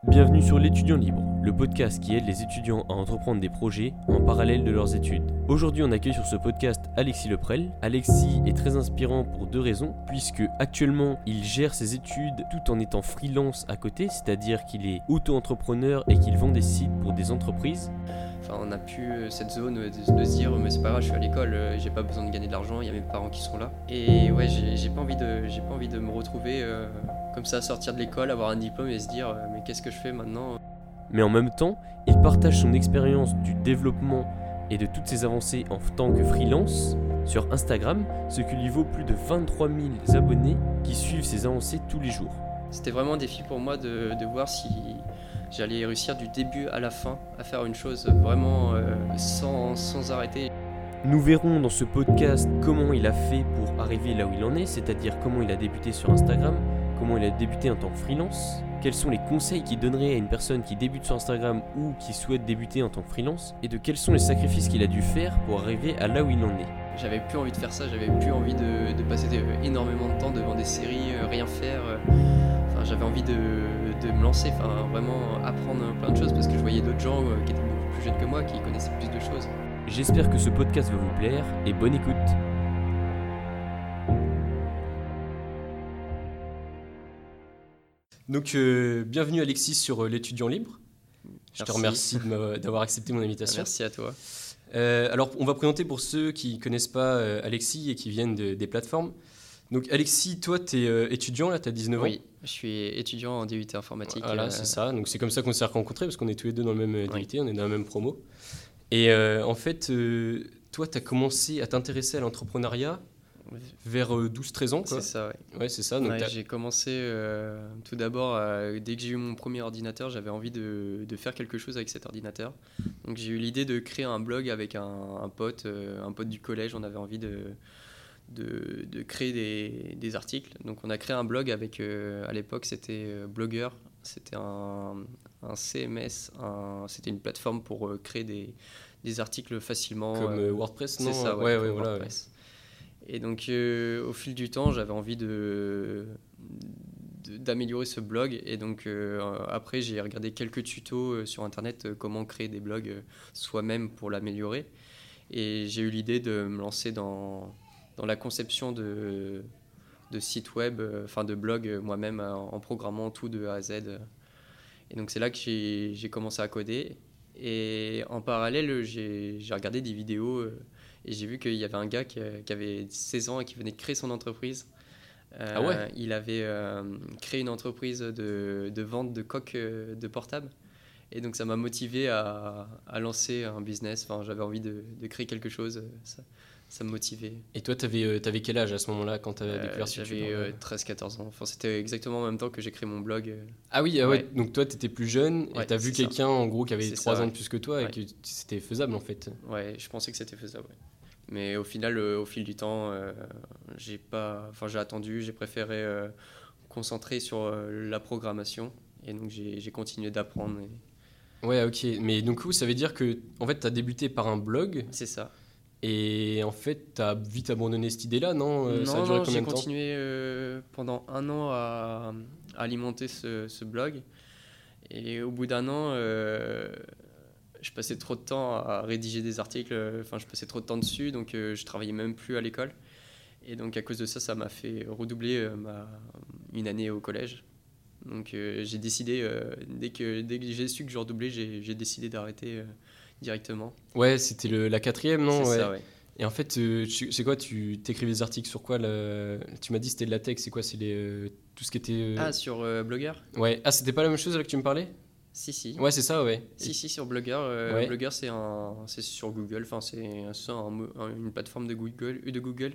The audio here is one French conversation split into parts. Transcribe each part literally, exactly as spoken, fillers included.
Bienvenue sur l'Étudiant Libre, le podcast qui aide les étudiants à entreprendre des projets en parallèle de leurs études. Aujourd'hui, on accueille sur ce podcast Alexis Leprel. Alexis est très inspirant pour deux raisons, puisque actuellement, il gère ses études tout en étant freelance à côté, c'est-à-dire qu'il est auto-entrepreneur et qu'il vend des sites pour des entreprises. Enfin, on a plus cette zone de, de se dire mais c'est pas grave, je suis à l'école, j'ai pas besoin de gagner de l'argent, il y a mes parents qui sont là. Et ouais, j'ai, j'ai pas envie de, j'ai pas envie de me retrouver euh, comme ça, sortir de l'école, avoir un diplôme et se dire euh, mais qu'est-ce que je fais maintenant ? Mais en même temps, il partage son expérience du développement et de toutes ses avancées en tant que freelance sur Instagram, ce qui lui vaut plus de vingt-trois mille abonnés qui suivent ses avancées tous les jours. C'était vraiment un défi pour moi de, de voir si j'allais réussir du début à la fin à faire une chose vraiment euh, sans, sans arrêter. Nous verrons dans ce podcast comment il a fait pour arriver là où il en est, c'est-à-dire comment il a débuté sur Instagram, comment il a débuté en tant que freelance, quels sont les conseils qu'il donnerait à une personne qui débute sur Instagram ou qui souhaite débuter en tant que freelance, et de quels sont les sacrifices qu'il a dû faire pour arriver à là où il en est. J'avais plus envie de faire ça, j'avais plus envie de, de passer de, énormément de temps devant des séries, euh, rien faire. Euh, enfin, j'avais envie de, de me lancer, enfin, vraiment apprendre plein de choses parce que je voyais d'autres gens euh, qui étaient beaucoup plus jeunes que moi, qui connaissaient plus de choses. J'espère que ce podcast va vous plaire et bonne écoute. Donc, euh, bienvenue Alexis sur euh, l'Étudiant Libre. Je Merci. te remercie de m'a- d'avoir accepté mon invitation. Merci à toi. Euh, alors, on va présenter pour ceux qui ne connaissent pas euh, Alexis et qui viennent de- des plateformes. Donc, Alexis, toi, tu es euh, étudiant, là, tu as dix-neuf ans. Oui, je suis étudiant en D U T informatique. Voilà, euh, c'est ça. Donc, c'est comme ça qu'on s'est rencontrés parce qu'on est tous les deux dans le même euh, D U T, Oui. on est dans la même promo. Et euh, en fait, euh, toi, tu as commencé à t'intéresser à l'entrepreneuriat vers euh, douze treize ans, quoi. C'est ça, ouais. Ouais, c'est ça. Donc, Ouais, t'as- j'ai commencé euh, tout d'abord, euh, dès que j'ai eu mon premier ordinateur, j'avais envie de, de faire quelque chose avec cet ordinateur. Donc j'ai eu l'idée de créer un blog avec un, un pote, euh, un pote du collège. On avait envie de, de, de créer des, des articles. Donc on a créé un blog avec, euh, à l'époque c'était euh, Blogger, c'était un, un C M S, un- c'était une plateforme pour euh, créer des, des articles facilement. comme euh, euh, WordPress, c'est non ça, ouais, ouais, ouais, comme voilà. WordPress. Et donc, euh, au fil du temps, j'avais envie de, de- d'améliorer ce blog. Et donc, euh, après, j'ai regardé quelques tutos euh, sur Internet, euh, comment créer des blogs euh, soi-même pour l'améliorer. Et j'ai eu l'idée de me lancer dans, dans la conception de, de sites web, euh, enfin de blogs euh, moi-même, euh, en programmant tout de A à Z. Et donc, c'est là que j'ai, j'ai commencé à coder. Et en parallèle, j'ai, j'ai regardé des vidéos. euh, Et j'ai vu qu'il y avait un gars qui, qui avait seize ans et qui venait de créer son entreprise. Euh, Ah ouais. Il avait euh, créé une entreprise de, de vente de coques euh, de portable. Et donc ça m'a motivé à, à lancer un business. Enfin, j'avais envie de, de créer quelque chose. Ça, ça me motivait. Et toi, t'avais, euh, t'avais quel âge à ce moment-là quand t'as Euh, découvert ce j'avais tuto, là euh, treize quatorze ans. Enfin, c'était exactement en même temps que j'ai créé mon blog. euh. Ah oui, ah ouais. Ouais. Donc toi, t'étais plus jeune et Ouais, t'as vu c'est ça. quelqu'un en gros qui avait C'est trois ça, ans ouais. de plus que toi et Ouais. que c'était faisable en fait. Ouais, je pensais que c'était faisable. Ouais. Mais au final, euh, au fil du temps, euh, j'ai pas, enfin j'ai attendu, j'ai préféré euh, concentrer sur euh, la programmation et donc j'ai, j'ai continué d'apprendre. et- Ouais, ok. Mais donc, coup, ça veut dire que en fait, t'as débuté par un blog C'est ça. et en fait, t'as vite abandonné cette idée-là, non Euh, Ça a non, duré non, combien j'ai de temps continué euh, pendant un an à, à alimenter ce, ce blog et au bout d'un an, euh, je passais trop de temps à rédiger des articles. Enfin, je passais trop de temps dessus, donc euh, je travaillais même plus à l'école. Et donc à cause de ça, ça m'a fait redoubler euh, ma, une année au collège. Donc euh, j'ai décidé, euh, dès, que, dès que j'ai su que je redoublais, j'ai, j'ai décidé d'arrêter euh, directement. Ouais, c'était le, la quatrième, non C'est ouais. ça, ouais. Et en fait, euh, tu- c'est quoi Tu t'écrivais des articles sur quoi le... Tu m'as dit c'était de la tech, c'est quoi C'est les, euh, tout ce qui était. euh, Ah, sur euh, Blogger Ouais. Ah, c'était pas la même chose là que tu me parlais Si, si. Ouais, c'est ça, ouais. Si, si, sur Blogger. euh, Ouais. Blogger, c'est, un, c'est sur Google. Enfin, c'est, c'est un mo- un- une plateforme de Google, de Google.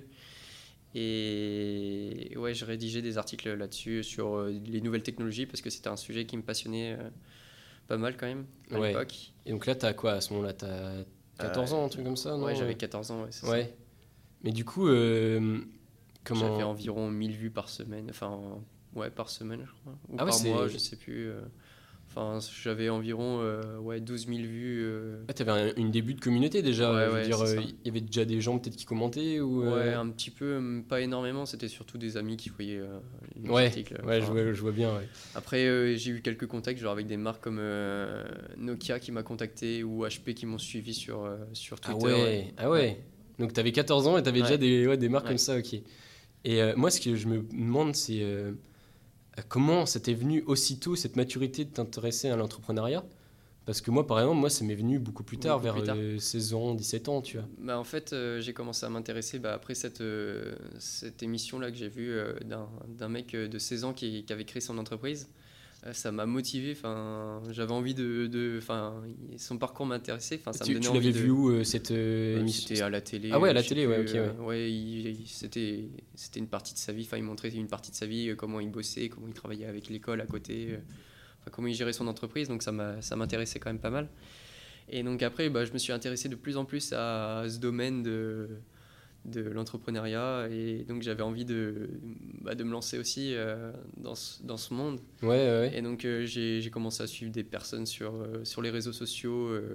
Et ouais, je rédigeais des articles là-dessus sur euh, les nouvelles technologies parce que c'était un sujet qui me passionnait euh, pas mal quand même à Ouais. l'époque. Et donc là, t'as quoi à ce moment-là T'as quatorze ans, un truc comme ça, non Ouais, j'avais quatorze ans, ouais, c'est ça. Ouais. Mais du coup, euh, comment J'avais environ mille vues par semaine, enfin, ouais, par semaine, je crois. Ou Ah ouais, par c'est- mois, je sais plus. euh. Enfin, j'avais environ euh, ouais, douze mille vues. euh, Ah, t'avais un- une début de communauté déjà. Ouais, Je veux ouais, dire, c'est euh, ça. il y avait déjà des gens peut-être qui commentaient ou. Ouais, euh, un petit peu, hum, pas énormément, c'était surtout des amis qui voyaient euh, mes Ouais, articles. ouais, je Enfin, vois, je vois bien. Ouais. après, euh, j'ai eu quelques contacts, genre avec des marques comme euh, Nokia qui m'a contacté ou H P qui m'ont suivi sur, euh, sur Ah Twitter. Ouais, ouais, ah ouais, ouais. Donc t'avais quatorze ans et t'avais déjà ouais. des, ouais, des marques comme Ouais. ça, ok. Et euh, moi, ce que je me demande, c'est euh, comment ça t'est venu aussitôt cette maturité de t'intéresser à l'entrepreneuriat? Parce que moi, par exemple, moi, ça m'est venu beaucoup plus tard, Beaucoup vers plus tard. euh, seize ans, dix-sept ans, tu vois. Bah, en fait, euh, j'ai commencé à m'intéresser bah, après cette, euh, cette émission-là que j'ai vue euh, d'un, d'un mec euh, de seize ans qui, qui avait créé son entreprise. Euh, ça m'a motivé, enfin, j'avais envie de, de, enfin, il- son parcours m'intéressait, enfin, ça me Tu, donnait tu envie l'avais vu de. où, euh, cette euh, Euh, émission? c'était à la télé, Ah ouais, à euh, la je sais télé, ouais, plus. ok, euh, ouais. ouais, il- il- c'était, c'était une partie de sa vie, enfin, il montrait une partie de sa vie, euh, comment il bossait, comment il travaillait avec l'école à côté, euh, enfin, comment il gérait son entreprise, donc ça m'a, ça m'intéressait quand même pas mal. Et donc après, bah, je me suis intéressé de plus en plus à ce domaine de, de l'entrepreneuriat, et donc j'avais envie de, bah, de me lancer aussi euh, dans ce, dans ce monde. Ouais, ouais, ouais. Et donc euh, j'ai, j'ai commencé à suivre des personnes sur, euh, sur les réseaux sociaux. euh,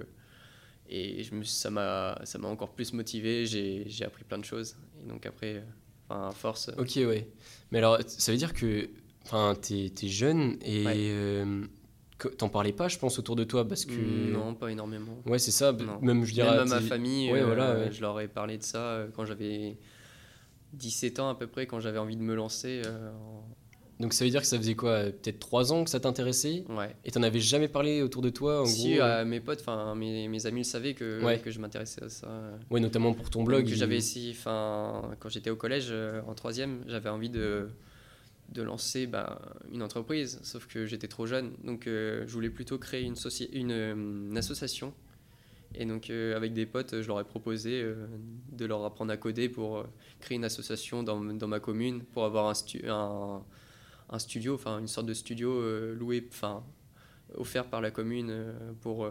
et je me, ça m'a ça m'a encore plus motivé, j'ai j'ai appris plein de choses. Et donc après, euh, enfin, à force, euh, Ok, ouais. Mais alors, ça veut dire que, enfin, t'es, t'es jeune ouais. et euh, que- t'en parlais pas, je pense, autour de toi, parce que, Non, pas énormément. ouais, c'est ça. b- Non. Même, je dirais, Même à à ma tes- famille, ouais, voilà, euh, ouais. je leur ai parlé de ça euh, quand j'avais dix-sept ans à peu près, quand j'avais envie de me lancer. euh, en- Donc ça veut dire que ça faisait quoi, euh, peut-être trois ans que ça t'intéressait Ouais. et t'en avais jamais parlé autour de toi, en Si gros. euh, euh, mes potes, enfin mes, mes amis le savaient que, Ouais, que je m'intéressais à ça. euh. ouais, notamment pour ton Même blog. que j'avais il- essayé, enfin, quand j'étais au collège, euh, en troisième, j'avais envie de, de lancer bah, une entreprise, sauf que j'étais trop jeune. Donc euh, je voulais plutôt créer une, soci- une, euh, une association. Et donc euh, avec des potes, je leur ai proposé euh, de leur apprendre à coder pour euh, créer une association dans, dans ma commune, pour avoir un, stu- un, un studio, enfin une sorte de studio euh, loué, enfin offert par la commune euh, pour euh,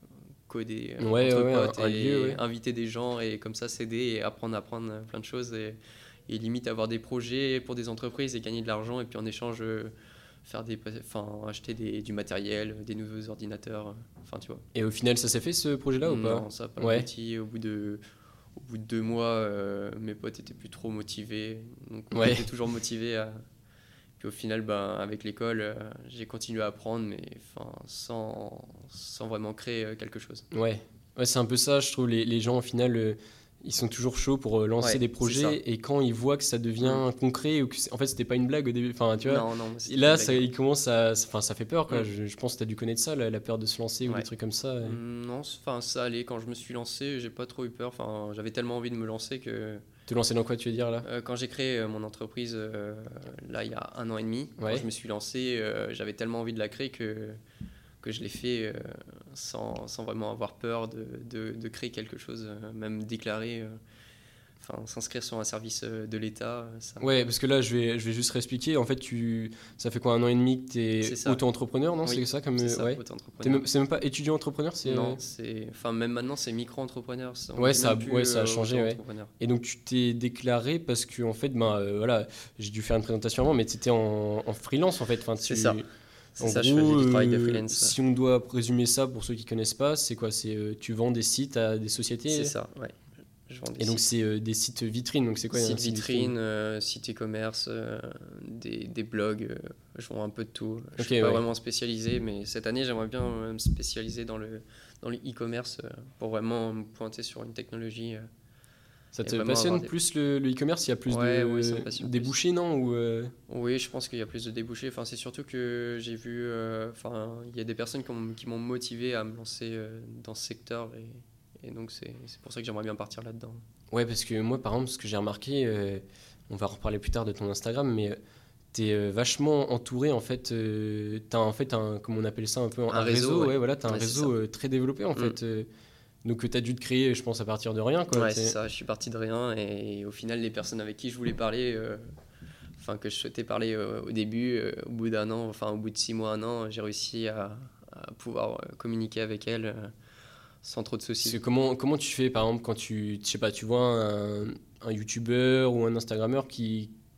coder euh, Ouais, ouais, entre ouais, un, potes un lieu, et ouais. inviter des gens et comme ça s'aider et apprendre à apprendre euh, plein de choses et, et limite avoir des projets pour des entreprises et gagner de l'argent et puis en échange euh, faire des, enfin acheter des, du matériel, des nouveaux ordinateurs, euh, enfin tu vois. Et au final, ça s'est fait ce projet-là ou pas? Non, ça n'a pas Ouais, abouti. Au bout de, au bout de deux mois, euh, mes potes étaient plus trop motivés. Donc moi, ouais, j'étais toujours motivé. À... Puis au final, ben, avec l'école, euh, j'ai continué à apprendre, mais enfin, sans, sans vraiment créer euh, quelque chose. ouais. Ouais, c'est un peu ça, je trouve, les, les gens, au final, euh, ils sont toujours chauds pour euh, lancer Ouais, des c'est ça. projets et quand ils voient que ça Mm. devient concret ou que, c'est- en fait, c'était pas une blague au début, enfin, tu vois, Non, non, et c'était une là, blague. ça, Hein. il commence à, enfin, ça fait peur, quoi. Mm. Je, je pense que tu as dû connaître ça, la, la peur de se lancer ou des Ouais. trucs comme ça. euh. Mm, non, c'est- enfin, ça allait. Quand je me suis lancé, j'ai pas trop eu peur. Enfin, j'avais tellement envie de me lancer que Te lancer dans quoi, tu veux dire, là? Euh, quand j'ai créé euh, mon entreprise, euh, là, il y a un an et demi, quand Ouais. je me suis lancé, euh, j'avais tellement envie de la créer que, que je l'ai fait euh, sans, sans vraiment avoir peur de, de, de créer quelque chose, euh, même déclarer, euh, enfin, s'inscrire sur un service euh, de l'État. euh, Ça, Ouais, parce que là, je vais, je vais juste réexpliquer. En fait, tu, ça fait quoi, un an et demi que tu c'est es ça. auto-entrepreneur, non? Oui, C'est ça comme. c'est euh, ça, Ouais. T'es auto-entrepreneur. même- C'est même pas étudiant-entrepreneur, c'est. euh, Non, c'est, enfin, même maintenant, c'est micro-entrepreneur. ça- On Ouais, dit ça, a- même plus ouais, ça a euh, changé, ouais. auto-entrepreneur. Et donc, tu t'es déclaré parce que, en fait, ben, euh, voilà, j'ai dû faire une présentation avant, mais tu étais en, en freelance, en fait. Enfin, C'est tu- ça. C'est En ça, je faisais gros, du travail de euh, freelance. si on doit résumer ça pour ceux qui connaissent pas, c'est quoi? C'est euh, tu vends des sites à des sociétés. C'est ça, ouais. Je vends des Et donc, sites. c'est euh, des sites vitrines. Donc, c'est quoi un Site site vitrine, euh, site e-commerce, euh, des, des blogs, euh, je vends un peu de tout. Je Ok, suis pas ouais. vraiment spécialisé, mais cette année, j'aimerais bien euh, me spécialiser dans le, dans le e-commerce euh, pour vraiment me pointer sur une technologie. euh. Ça Et te vraiment passionne avoir des- plus le le e-commerce? Il y a plus Ouais, de ouais, ça me passionne plus. débouchés, non? Ou euh, Oui, je pense qu'il y a plus de débouchés. Enfin, c'est surtout que j'ai vu, euh, enfin, il y a des personnes qui m'ont qui m'ont motivé à me lancer euh, dans ce secteur et, et donc c'est c'est pour ça que j'aimerais bien partir là-dedans. Ouais, parce que moi, par exemple, ce que j'ai remarqué, euh, on va reparler plus tard de ton Instagram, mais tu es vachement entouré, en fait. Euh, tu as, en fait, un, comment on appelle ça, un peu un, Un réseau, ouais. ouais, voilà, tu as un Ouais, c'est réseau ça. euh, très développé, en Mm. fait. euh, donc, tu as dû te créer, je pense, à partir de rien, quoi. Ouais, t'es- c'est ça. Je suis parti de rien et au final, les personnes avec qui je voulais parler, euh, enfin que je souhaitais parler euh, au début, euh, au bout d'un an, enfin au bout de six mois, un an, j'ai réussi à, à pouvoir euh, communiquer avec elles euh, sans trop de Parce que soucis. comment, comment tu fais, par exemple, quand tu, je sais pas, tu vois un, un YouTuber ou un Instagrammeur qui,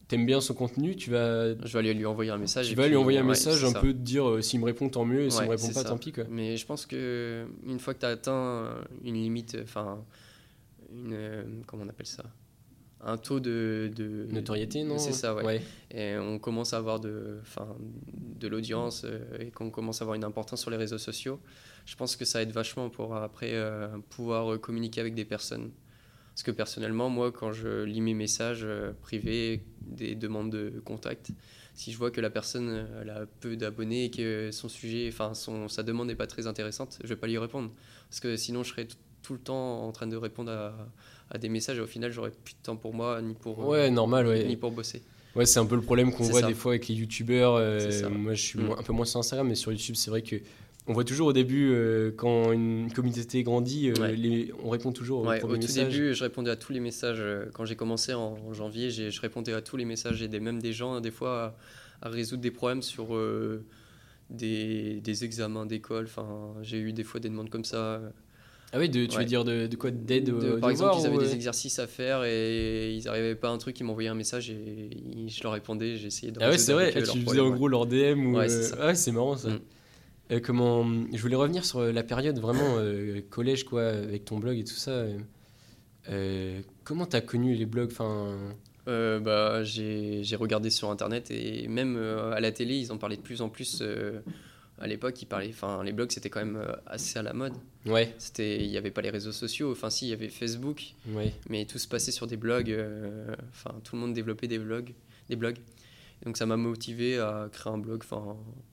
t'aimes bien son contenu, tu vas, Je vais aller lui envoyer un message. tu et vas puis, lui envoyer un ouais, message, c'est un ça. peu te dire euh, s'il me répond tant mieux, et s'il Ouais, me répond c'est pas ça. tant pis quoi. Mais je pense que une fois que tu as atteint une limite, enfin, une, euh, comment on appelle ça? Un taux de, de Notoriété, non? c'est ça, ouais. Ouais. Et on commence à avoir de, enfin, de l'audience euh, et qu'on commence à avoir une importance sur les réseaux sociaux. Je pense que ça aide vachement pour après euh, pouvoir euh, communiquer avec des personnes. Parce que personnellement, moi, quand je lis mes messages euh, privés, des demandes de contact, si je vois que la personne euh, elle a peu d'abonnés et que son sujet, enfin son, sa demande n'est pas très intéressante, je vais pas lui répondre. Parce que sinon, je serais t- tout le temps en train de répondre à, à des messages et au final, j'aurais plus de temps pour moi, ni pour, euh, Ouais, normal, ni, ouais. ni pour bosser. Ouais, c'est un peu le problème qu'on C'est voit ça. des fois avec les youtubeurs. euh, C'est ça. moi, je suis Mm. moins- un peu moins sur Instagram, mais sur YouTube, c'est vrai que on voit toujours au début, euh, quand une communauté grandit, euh, Ouais. les- on répond toujours aux Ouais, premiers au tout messages. début, je répondais à tous les messages. euh, Quand j'ai commencé en, en janvier, j'ai- je répondais à tous les messages et des, même des gens, des fois, à, à résoudre des problèmes sur euh, des, des examens d'école. Enfin, j'ai eu des fois des demandes comme ça. Ah oui, de, tu veux Ouais. dire de, de quoi? D'aide De- aux par exemple, devoirs ils avaient ou, des euh, exercices à faire et ils n'arrivaient pas à un truc, ils m'envoyaient un message et ils- je leur répondais, j'essayais de Ah ouais, c'est résoudre vrai, avec ah, eux leurs tu faisais en problèmes. Ouais, gros leur D M ou. ouais c'est euh, ça. Ah ouais, c'est marrant ça. Mm. Euh, comment... Je voulais revenir sur la période vraiment euh, collège, quoi, avec ton blog et tout ça. euh, euh, comment t'as connu les blogs? Enfin, Euh, bah, j'ai j'ai regardé sur internet et même euh, à la télé, ils en parlaient de plus en plus. euh, à l'époque, ils parlaient, enfin, les blogs c'était quand même euh, assez à la mode. ouais, C'était, il n'y avait pas les réseaux sociaux. Enfin, si, il y avait Facebook, ouais. mais tout se passait sur des blogs. euh, Enfin, tout le monde développait des blogs, des blogs. Donc ça m'a motivé à créer un blog. Enfin,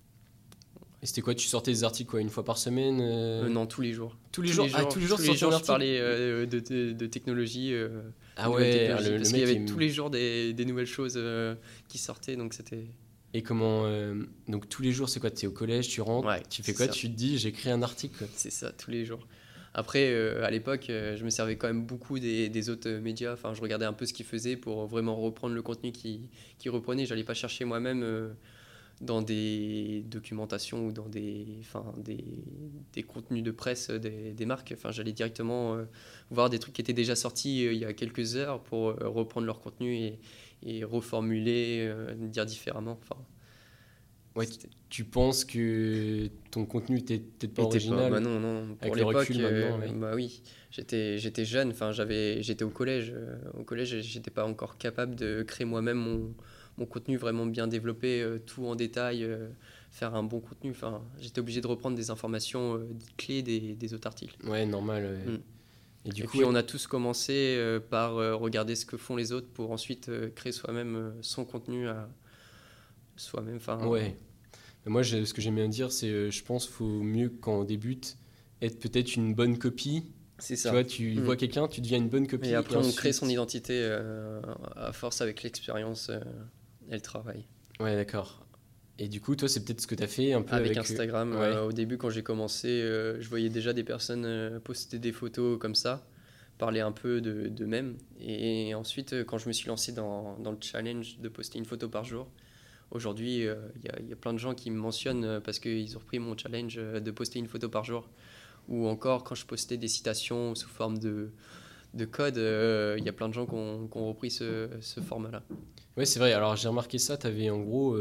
Et c'était quoi? Tu sortais des articles quoi, une fois par semaine? euh, euh, non, tous les jours. Tous les jours? Ah, tous les jours, tous tu les sortais un jours, je article? parlais euh, de, de, de technologie, euh, Ah de nouvelles ouais, technologies, le, le parce qu'il y mec avait il- tous les jours des, des nouvelles choses euh, qui sortaient, donc c'était... Et comment. euh, Donc tous les jours, c'est quoi? Tu es au collège, tu rentres, Ouais, tu fais c'est quoi? ça. Tu te dis, j'écris un article, quoi. C'est ça, tous les jours. Après, euh, à l'époque, euh, je me servais quand même beaucoup des, des autres euh, médias. Enfin, je regardais un peu ce qu'ils faisaient pour vraiment reprendre le contenu qu'ils qui reprenaient. J'allais pas chercher moi-même euh, dans des documentations ou dans des, enfin, des, des contenus de presse euh, des, des marques. Enfin, j'allais directement euh, voir des trucs qui étaient déjà sortis euh, il y a quelques heures pour euh, reprendre leur contenu et, et reformuler, euh, dire différemment. Enfin, Ouais, c'était- tu penses que ton contenu était peut-être pas était original bah non, non, pour avec le l'époque, recul euh, maintenant, ouais. bah oui, j'étais, j'étais jeune, enfin j'avais, j'étais au collège. euh, au collège, j'étais pas encore capable de créer moi-même mon, mon contenu vraiment bien développé, euh, tout en détail, euh, faire un bon contenu. Enfin, j'étais obligé de reprendre des informations euh, clés des, des autres articles. Ouais, normal. ouais. Mm. Et du Et coup, puis ouais, on a tous commencé euh, par euh, regarder ce que font les autres pour ensuite euh, créer soi-même euh, son contenu à soi-même. Enfin, ouais. Mais moi, j'ai- ce que j'aime bien dire, c'est, euh, je pense, faut mieux quand on débute être peut-être une bonne copie. c'est Tu ça. vois, tu Mm. vois quelqu'un, tu deviens une bonne copie. Et après, on crée ensuite- son identité euh, à force avec l'expérience euh, et le travail. Ouais, d'accord. Et du coup, toi, c'est peut-être ce que tu as fait un peu Avec, avec. euh, Instagram, ouais. euh, au début, quand j'ai commencé, euh, je voyais déjà des personnes euh, poster des photos comme ça, parler un peu de, d'eux-mêmes. Et ensuite, euh, quand je me suis lancé dans, dans le challenge de poster une photo par jour, aujourd'hui, il y, a, y a plein de gens qui me mentionnent euh, parce qu'ils ont repris mon challenge euh, de poster une photo par jour. Ou encore, quand je postais des citations sous forme de, de code, il y a plein de gens qui ont, qui ont repris ce, ce format-là. Ouais, c'est vrai. Alors, j'ai remarqué ça. Tu avais en gros.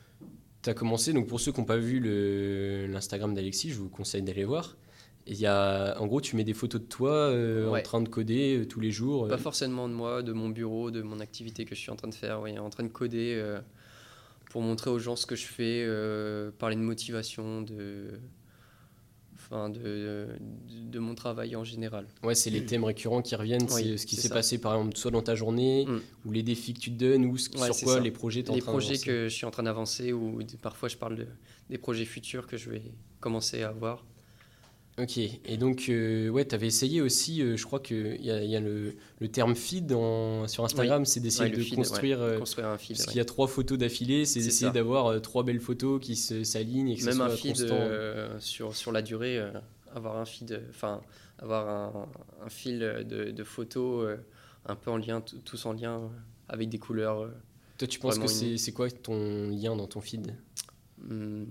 Tu as commencé. Donc, pour ceux qui n'ont pas vu le- l'Instagram d'Alexis, je vous conseille d'aller voir. Et il y a, en gros, tu mets des photos de toi euh, en Ouais. train de coder euh, tous les jours. euh. Pas forcément de moi, de mon bureau, de mon activité que je suis en train de faire, oui, en train de coder euh, pour montrer aux gens ce que je fais, euh, parler de motivation, de, enfin de, de, de mon travail en général. Ouais, c'est les thèmes récurrents qui reviennent. Oui, c'est ce qui c'est s'est ça. passé, par exemple, soit dans ta journée, Mm. ou les défis que tu te donnes, ou ce- Ouais, sur c'est quoi ça. les projets tu es en Les train projets d'avancer. que je suis en train d'avancer ou d- parfois je parle de, des projets futurs que je vais commencer à avoir. Ok, et donc, euh, ouais, tu avais essayé aussi, euh, je crois qu'il y a, il y a le, le terme feed en- sur Instagram, c'est d'essayer Ouais, le de feed, construire. ouais. euh, Construire un feed. Parce ouais. qu'il y a trois photos d'affilée, c'est C'est d'essayer ça. d'avoir euh, trois belles photos qui se- s'alignent et que Même ce un soit feed constant. euh, sur, sur la durée, euh, avoir un feed, enfin avoir un, un fil de, de photos euh, un peu en lien, t- tous en lien euh, avec des couleurs. euh, Toi, tu penses que vraiment c'est une- c'est quoi ton lien dans ton feed? hum,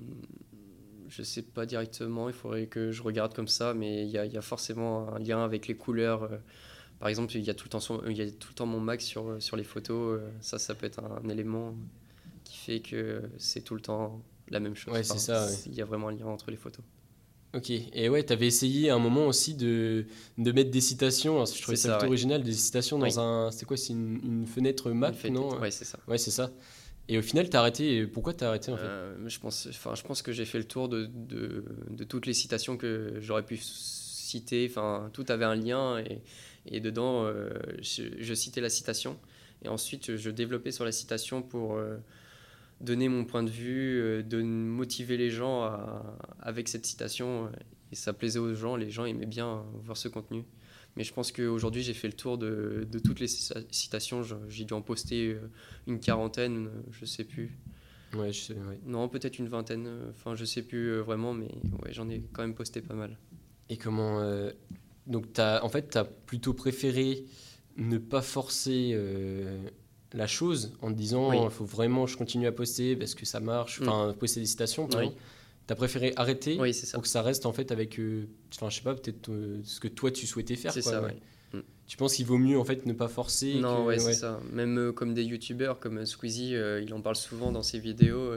je sais pas directement, il faudrait que je regarde comme ça, mais il y a, il y a forcément un lien avec les couleurs. euh. par exemple, il y a tout le temps, son- il y a tout le temps mon Mac sur, sur les photos. euh, Ça, ça peut être un, un élément qui fait que c'est tout le temps la même chose. Ouais, c'est Enfin, ça, ouais. c'est- il y a vraiment un lien entre les photos. Ok, et ouais, t'avais essayé à un moment aussi de, de mettre des citations, alors, je trouvais C'est ça ça, plutôt ouais. original, des citations dans Oui, un... C'est quoi, c'est une, une fenêtre une Mac, fête. non? Ouais, c'est ça. Ouais, c'est ça. Et au final, t'as arrêté, et pourquoi t'as arrêté en fait? Euh, je pense, enfin, je pense que j'ai fait le tour de, de, de toutes les citations que j'aurais pu citer. Enfin, tout avait un lien et, et dedans, euh, je, je citais la citation et ensuite je développais sur la citation pour euh, donner mon point de vue, euh, de motiver les gens à- avec cette citation. Et ça plaisait aux gens, les gens aimaient bien voir ce contenu. Mais je pense qu'aujourd'hui, j'ai fait le tour de, de toutes les citations. Je- J'ai dû en poster euh, une quarantaine, je sais plus. Ouais, je sais, ouais. Non, peut-être une vingtaine. euh, Enfin, je sais plus euh, vraiment, mais ouais, j'en ai quand même posté pas mal. Et comment... euh, Donc, t'as, en fait, t'as plutôt préféré ne pas forcer euh, la chose en te disant, Oui. il faut vraiment que je continue à poster parce que ça marche, Mm. enfin, poster des citations, par Oui. exemple. T'as préféré arrêter Oui, c'est ça. pour que ça reste en fait avec, euh, enfin, je sais pas, peut-être euh, ce que toi tu souhaitais faire, C'est quoi, ça, ouais. ouais. Mm. Tu penses qu'il vaut mieux en fait ne pas forcer Non, ouais, que, c'est ouais. ça. Même euh, comme des youtubeurs comme euh, Squeezie, euh, il en parle souvent dans ses vidéos. euh,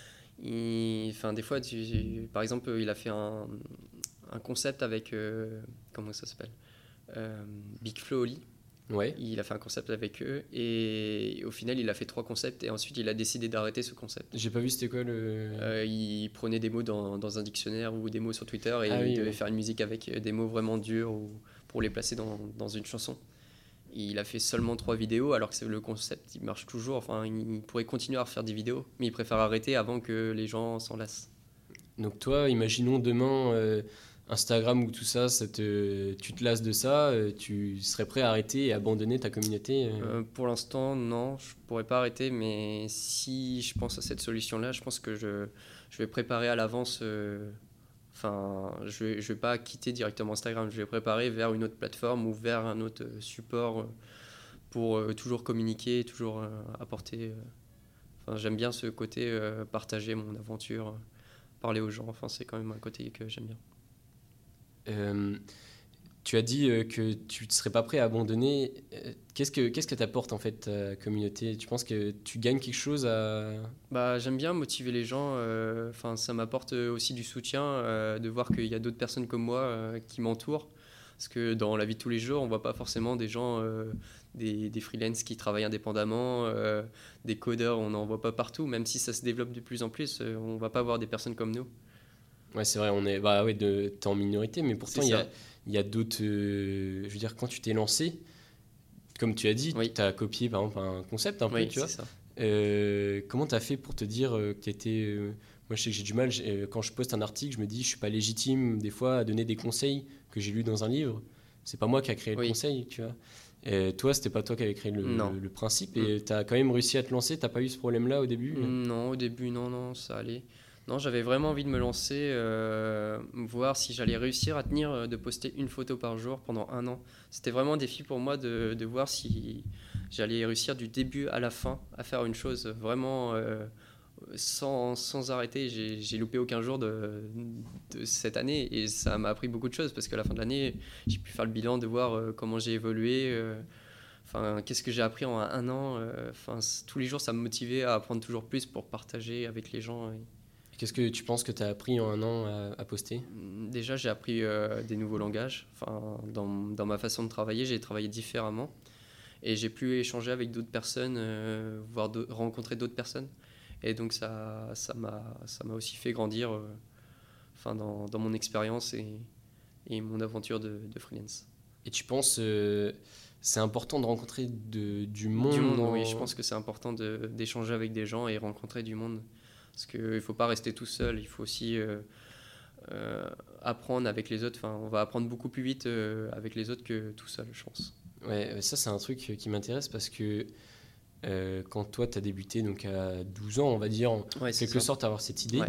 il... Enfin, des fois, tu... par exemple, euh, il a fait un, un concept avec. euh, Comment ça s'appelle? Euh, Big Flo Oli. Ouais. Il a fait un concept avec eux et au final, il a fait trois concepts et ensuite, il a décidé d'arrêter ce concept. J'ai pas vu c'était quoi le. Euh, il prenait des mots dans, dans un dictionnaire ou des mots sur Twitter et Ah il oui, devait ouais. faire une musique avec des mots vraiment durs ou pour les placer dans, dans une chanson. Il a fait seulement trois vidéos alors que c'est le concept il marche toujours. Enfin, il pourrait continuer à refaire des vidéos, mais il préfère arrêter avant que les gens s'en lassent. Donc toi, imaginons demain euh, Instagram ou tout ça, ça te, tu te lasses de ça, euh, tu serais prêt à arrêter et abandonner ta communauté euh, Euh, pour l'instant, non, je pourrais pas arrêter, mais si je pense à cette solution-là, je pense que je, je vais préparer à l'avance. euh, Enfin, je vais, je vais pas quitter directement Instagram, je vais préparer vers une autre plateforme ou vers un autre euh, support euh, pour euh, toujours communiquer, toujours euh, apporter. euh, Enfin, j'aime bien ce côté euh, partager mon aventure, euh, parler aux gens. Enfin, c'est quand même un côté que j'aime bien. euh, Tu as dit euh, que tu ne serais pas prêt à abandonner. Euh, Qu'est-ce que qu'est-ce que t'apporte en fait ta communauté? Tu penses que tu gagnes quelque chose à... Bah, j'aime bien motiver les gens. euh, Enfin, ça m'apporte aussi du soutien euh, de voir qu'il y a d'autres personnes comme moi euh, qui m'entourent. Parce que dans la vie de tous les jours, on voit pas forcément des gens, euh, des, des freelances qui travaillent indépendamment, euh, des codeurs, on n'en voit pas partout. Même si ça se développe de plus en plus, euh, on va pas voir des personnes comme nous. Ouais, c'est vrai, on est, bah ouais, de, t'es en minorité, mais C'est pourtant il y a, ça. il y a d'autres. euh, je veux dire, quand tu t'es lancé, comme tu as dit, Oui, tu as copié par exemple un concept un peu, oui, tu c'est vois. ça. Euh, comment tu as fait pour te dire euh, que tu étais. euh, Moi, je sais que j'ai du mal, j'ai- euh, quand je poste un article, je me dis, je suis pas légitime des fois à donner des conseils que j'ai lus dans un livre. C'est pas moi qui a créé le Oui, conseil, tu vois. Et toi, c'était pas toi qui avais créé non. le, le principe Mm. et tu as quand même réussi à te lancer, t'as pas eu ce problème-là au début? euh Non, au début, non, non, ça allait. Non, j'avais vraiment envie de me lancer, euh, voir si j'allais réussir à tenir euh, de poster une photo par jour pendant un an. C'était vraiment un défi pour moi de, de voir si j'allais réussir du début à la fin à faire une chose vraiment euh, sans, sans arrêter. J'ai, j'ai loupé aucun jour de, de cette année et ça m'a appris beaucoup de choses parce qu'à la fin de l'année, j'ai pu faire le bilan de voir euh, comment j'ai évolué. euh, Enfin, qu'est-ce que j'ai appris en un an euh, enfin, c- tous les jours, ça me motivait à apprendre toujours plus pour partager avec les gens. Et, Qu'est-ce que tu penses que tu as appris en un an à, à poster? mm, déjà, j'ai appris euh, des nouveaux langages. Enfin, dans, dans ma façon de travailler, j'ai travaillé différemment. Et j'ai pu échanger avec d'autres personnes, euh, voir d'au- rencontrer d'autres personnes. Et donc, ça, ça m'a, ça m'a aussi fait grandir euh, enfin, dans, dans mon expérience et, et mon aventure de, de freelance. Et tu penses euh, c'est important de rencontrer de- du Du monde monde, oui, je dans... pense que c'est important de- d'échanger avec des gens et rencontrer du monde. Parce qu'il ne faut pas rester tout seul, il faut aussi euh, euh, apprendre avec les autres. Enfin, on va apprendre beaucoup plus vite euh, avec les autres que tout seul, je pense. Ouais, euh, ça c'est un truc qui m'intéresse parce que euh, quand toi tu as débuté donc à douze ans, on va dire, en Ouais, c'est quelque ça. sorte avoir cette idée, Ouais.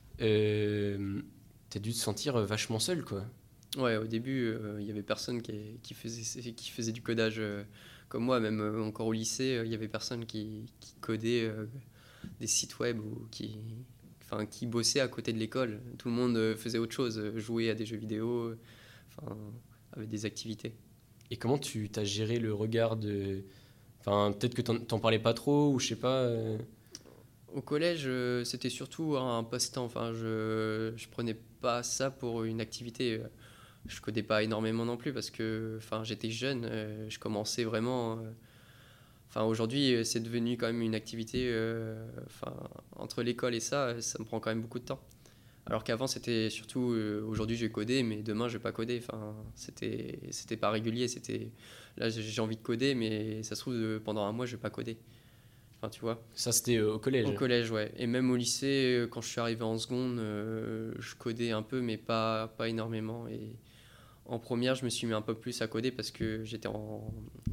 euh, tu as dû te sentir vachement seul, quoi. Ouais, au début, euh, il y avait personne qui, qui, faisait, qui faisait du codage euh, comme moi. Même euh, encore au lycée, euh, il y avait personne qui, qui codait euh, des sites web ou qui, enfin, qui bossait à côté de l'école. Tout le monde euh, faisait autre chose, euh, jouait à des jeux vidéo, euh, enfin, avait des activités. Et comment tu t'as géré le regard de... Enfin, peut-être que t'en, t'en parlais pas trop, ou je sais pas... euh, Au collège, euh, c'était surtout un passe-temps. Enfin, je je prenais pas ça pour une activité. euh, Je codais pas énormément non plus parce que enfin, j'étais jeune, euh, je commençais vraiment. euh, Enfin, aujourd'hui, euh, c'est devenu quand même une activité. euh, Enfin, entre l'école et ça, euh, ça me prend quand même beaucoup de temps. Alors qu'avant, c'était surtout. euh, Aujourd'hui, je vais coder, mais demain, je vais pas coder. Enfin, c'était, c'était pas régulier. C'était. Là, j'ai j'ai envie de coder, mais ça se trouve, euh, pendant un mois, je vais pas coder. Enfin, tu vois. Ça, c'était euh, au collège. Au collège, ouais. Et même au lycée, euh, quand je suis arrivé en seconde, euh, je codais un peu, mais pas, pas énormément. Et en première, je me suis mis un peu plus à coder parce que j'étais en,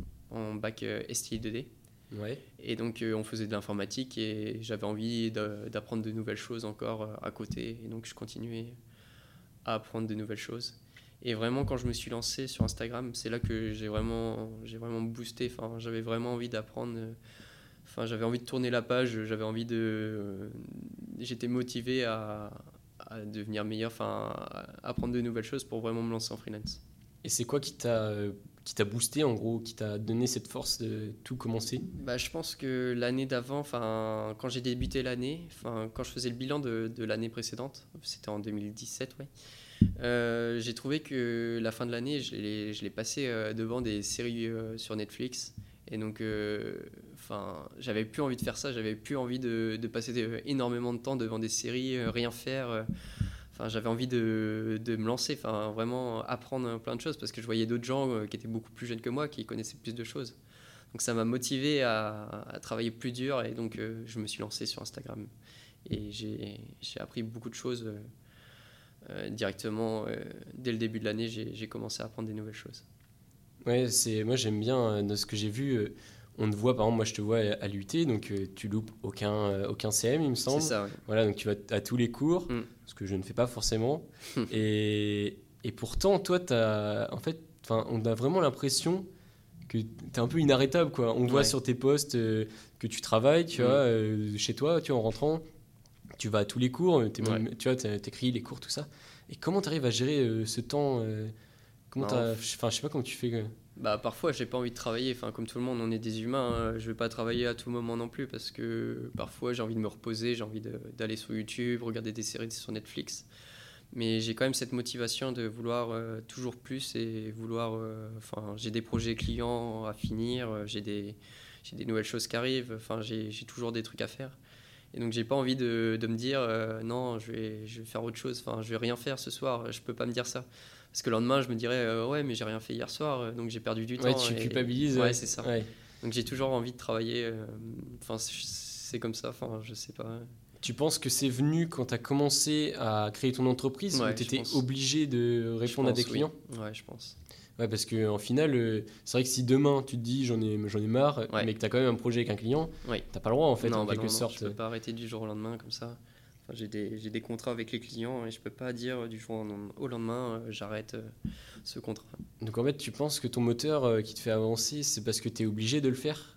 en bac euh, S T I deux D. Ouais. Et donc, euh, on faisait de l'informatique et j'avais envie de- d'apprendre de nouvelles choses encore euh, à côté. Et donc, je continuais à apprendre de nouvelles choses. Et vraiment, quand je me suis lancé sur Instagram, c'est là que j'ai vraiment, j'ai vraiment boosté. Enfin, j'avais vraiment envie d'apprendre. euh, Enfin, j'avais envie de tourner la page. J'avais envie de. euh, J'étais motivé à, à devenir meilleur. Enfin, à apprendre de nouvelles choses pour vraiment me lancer en freelance. Et c'est quoi qui t'a, euh, qui t'a boosté, en gros, qui t'a donné cette force de tout commencer? Bah, je pense que l'année d'avant, enfin, quand j'ai débuté l'année, enfin, quand je faisais le bilan de, de l'année précédente, c'était en deux mille dix-sept, ouais, euh, j'ai trouvé que la fin de l'année, je l'ai, je l'ai passé euh, devant des séries euh, sur Netflix. Et donc, euh, enfin, j'avais plus envie de faire ça, j'avais plus envie de, de passer de- énormément de temps devant des séries, euh, rien faire. euh. Enfin, j'avais envie de, de me lancer, enfin, vraiment apprendre plein de choses parce que je voyais d'autres gens euh, qui étaient beaucoup plus jeunes que moi, qui connaissaient plus de choses. Donc ça m'a motivé à, à travailler plus dur et donc euh, je me suis lancé sur Instagram. Et j'ai j'ai appris beaucoup de choses euh, euh, directement. euh, dès le début de l'année, j'ai j'ai commencé à apprendre des nouvelles choses. Ouais, c'est, moi j'aime bien, euh, de ce que j'ai vu, euh, on te voit, par exemple, moi je te vois à, à l'U T, donc euh, tu loupes aucun, euh, aucun C M, il me C'est semble. ça, ouais. Voilà, donc tu vas à tous les cours, Mm. ce que je ne fais pas forcément. Et, et pourtant, toi, t'as, en fait, enfin, on a vraiment l'impression que t'es un peu inarrêtable, quoi. On voit Ouais. sur tes posts euh, que tu travailles, tu Mm. vois, euh, chez toi, tu vois, en rentrant, tu vas à tous les cours, t'es Ouais. même, tu vois, t'é- t'écris les cours, tout ça. Et comment t'arrives à gérer euh, ce temps euh, comment Bah, en t'as, f- enfin, je sais pas comment tu fais. quoi. Bah, parfois, j'ai pas envie de travailler. Enfin, comme tout le monde, on est des humains. Hein. Je vais pas travailler à tout moment non plus parce que parfois, j'ai envie de me reposer, j'ai envie de- d'aller sur YouTube, regarder des séries sur Netflix. Mais j'ai quand même cette motivation de vouloir euh, toujours plus et vouloir. euh, Enfin, j'ai des projets clients à finir, euh, j'ai des, j'ai des nouvelles choses qui arrivent. Enfin, j'ai j'ai toujours des trucs à faire. Et donc, j'ai pas envie de, de me dire euh, non, je vais, je vais faire autre chose. Enfin, je vais rien faire ce soir. Je peux pas me dire ça. Parce que le lendemain, je me dirais euh, ouais, mais j'ai rien fait hier soir, euh, donc j'ai perdu du Ouais, temps. tu Et culpabilises, ouais, ouais. c'est ça. Ouais. Donc, j'ai toujours envie de travailler. euh, Enfin, c'est c'est comme ça. Enfin, je sais pas. Tu penses que c'est venu quand tu as commencé à créer ton entreprise où Ouais, tu je étais pense. obligé de Je répondre à des pense, oui. clients? Ouais, je pense. Ouais, parce qu'en final, euh, c'est vrai que si demain tu te dis j'en ai, j'en ai marre, Ouais. mais que tu as quand même un projet avec un client, Oui. t'as pas le droit en fait, Non, en bah quelque non, non, je sorte. peux pas arrêter du jour au lendemain comme ça. Enfin, j'ai des, j'ai des contrats avec les clients et je peux pas dire euh, du jour au lendemain, au lendemain, euh, j'arrête euh, ce contrat. Donc en fait, tu penses que ton moteur euh, qui te fait avancer, c'est parce que tu es obligé de le faire?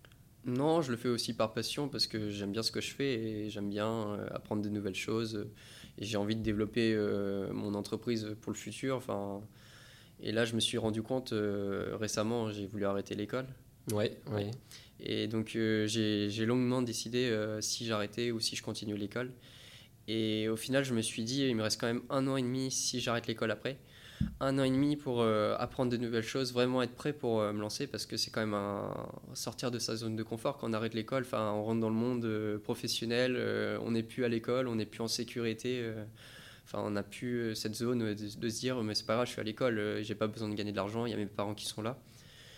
Non, je le fais aussi par passion parce que j'aime bien ce que je fais et j'aime bien euh, apprendre de nouvelles choses euh, et j'ai envie de développer euh, mon entreprise pour le futur. Enfin, et là, je me suis rendu compte euh, récemment, j'ai voulu arrêter l'école. Ouais, ouais. Et donc, euh, j'ai, j'ai longuement décidé euh, si j'arrêtais ou si je continue l'école. Et au final, je me suis dit, il me reste quand même un an et demi si j'arrête l'école après. Un an et demi pour euh, apprendre de nouvelles choses, vraiment être prêt pour euh, me lancer parce que c'est quand même un sortir de sa zone de confort quand on arrête l'école. Enfin, on rentre dans le monde euh, professionnel, euh, on n'est plus à l'école, on n'est plus en sécurité. euh, Enfin, on n'a plus euh, cette zone euh, de, de se dire, mais c'est pas grave, je suis à l'école, euh, j'ai pas besoin de gagner de l'argent, il y a mes parents qui sont là.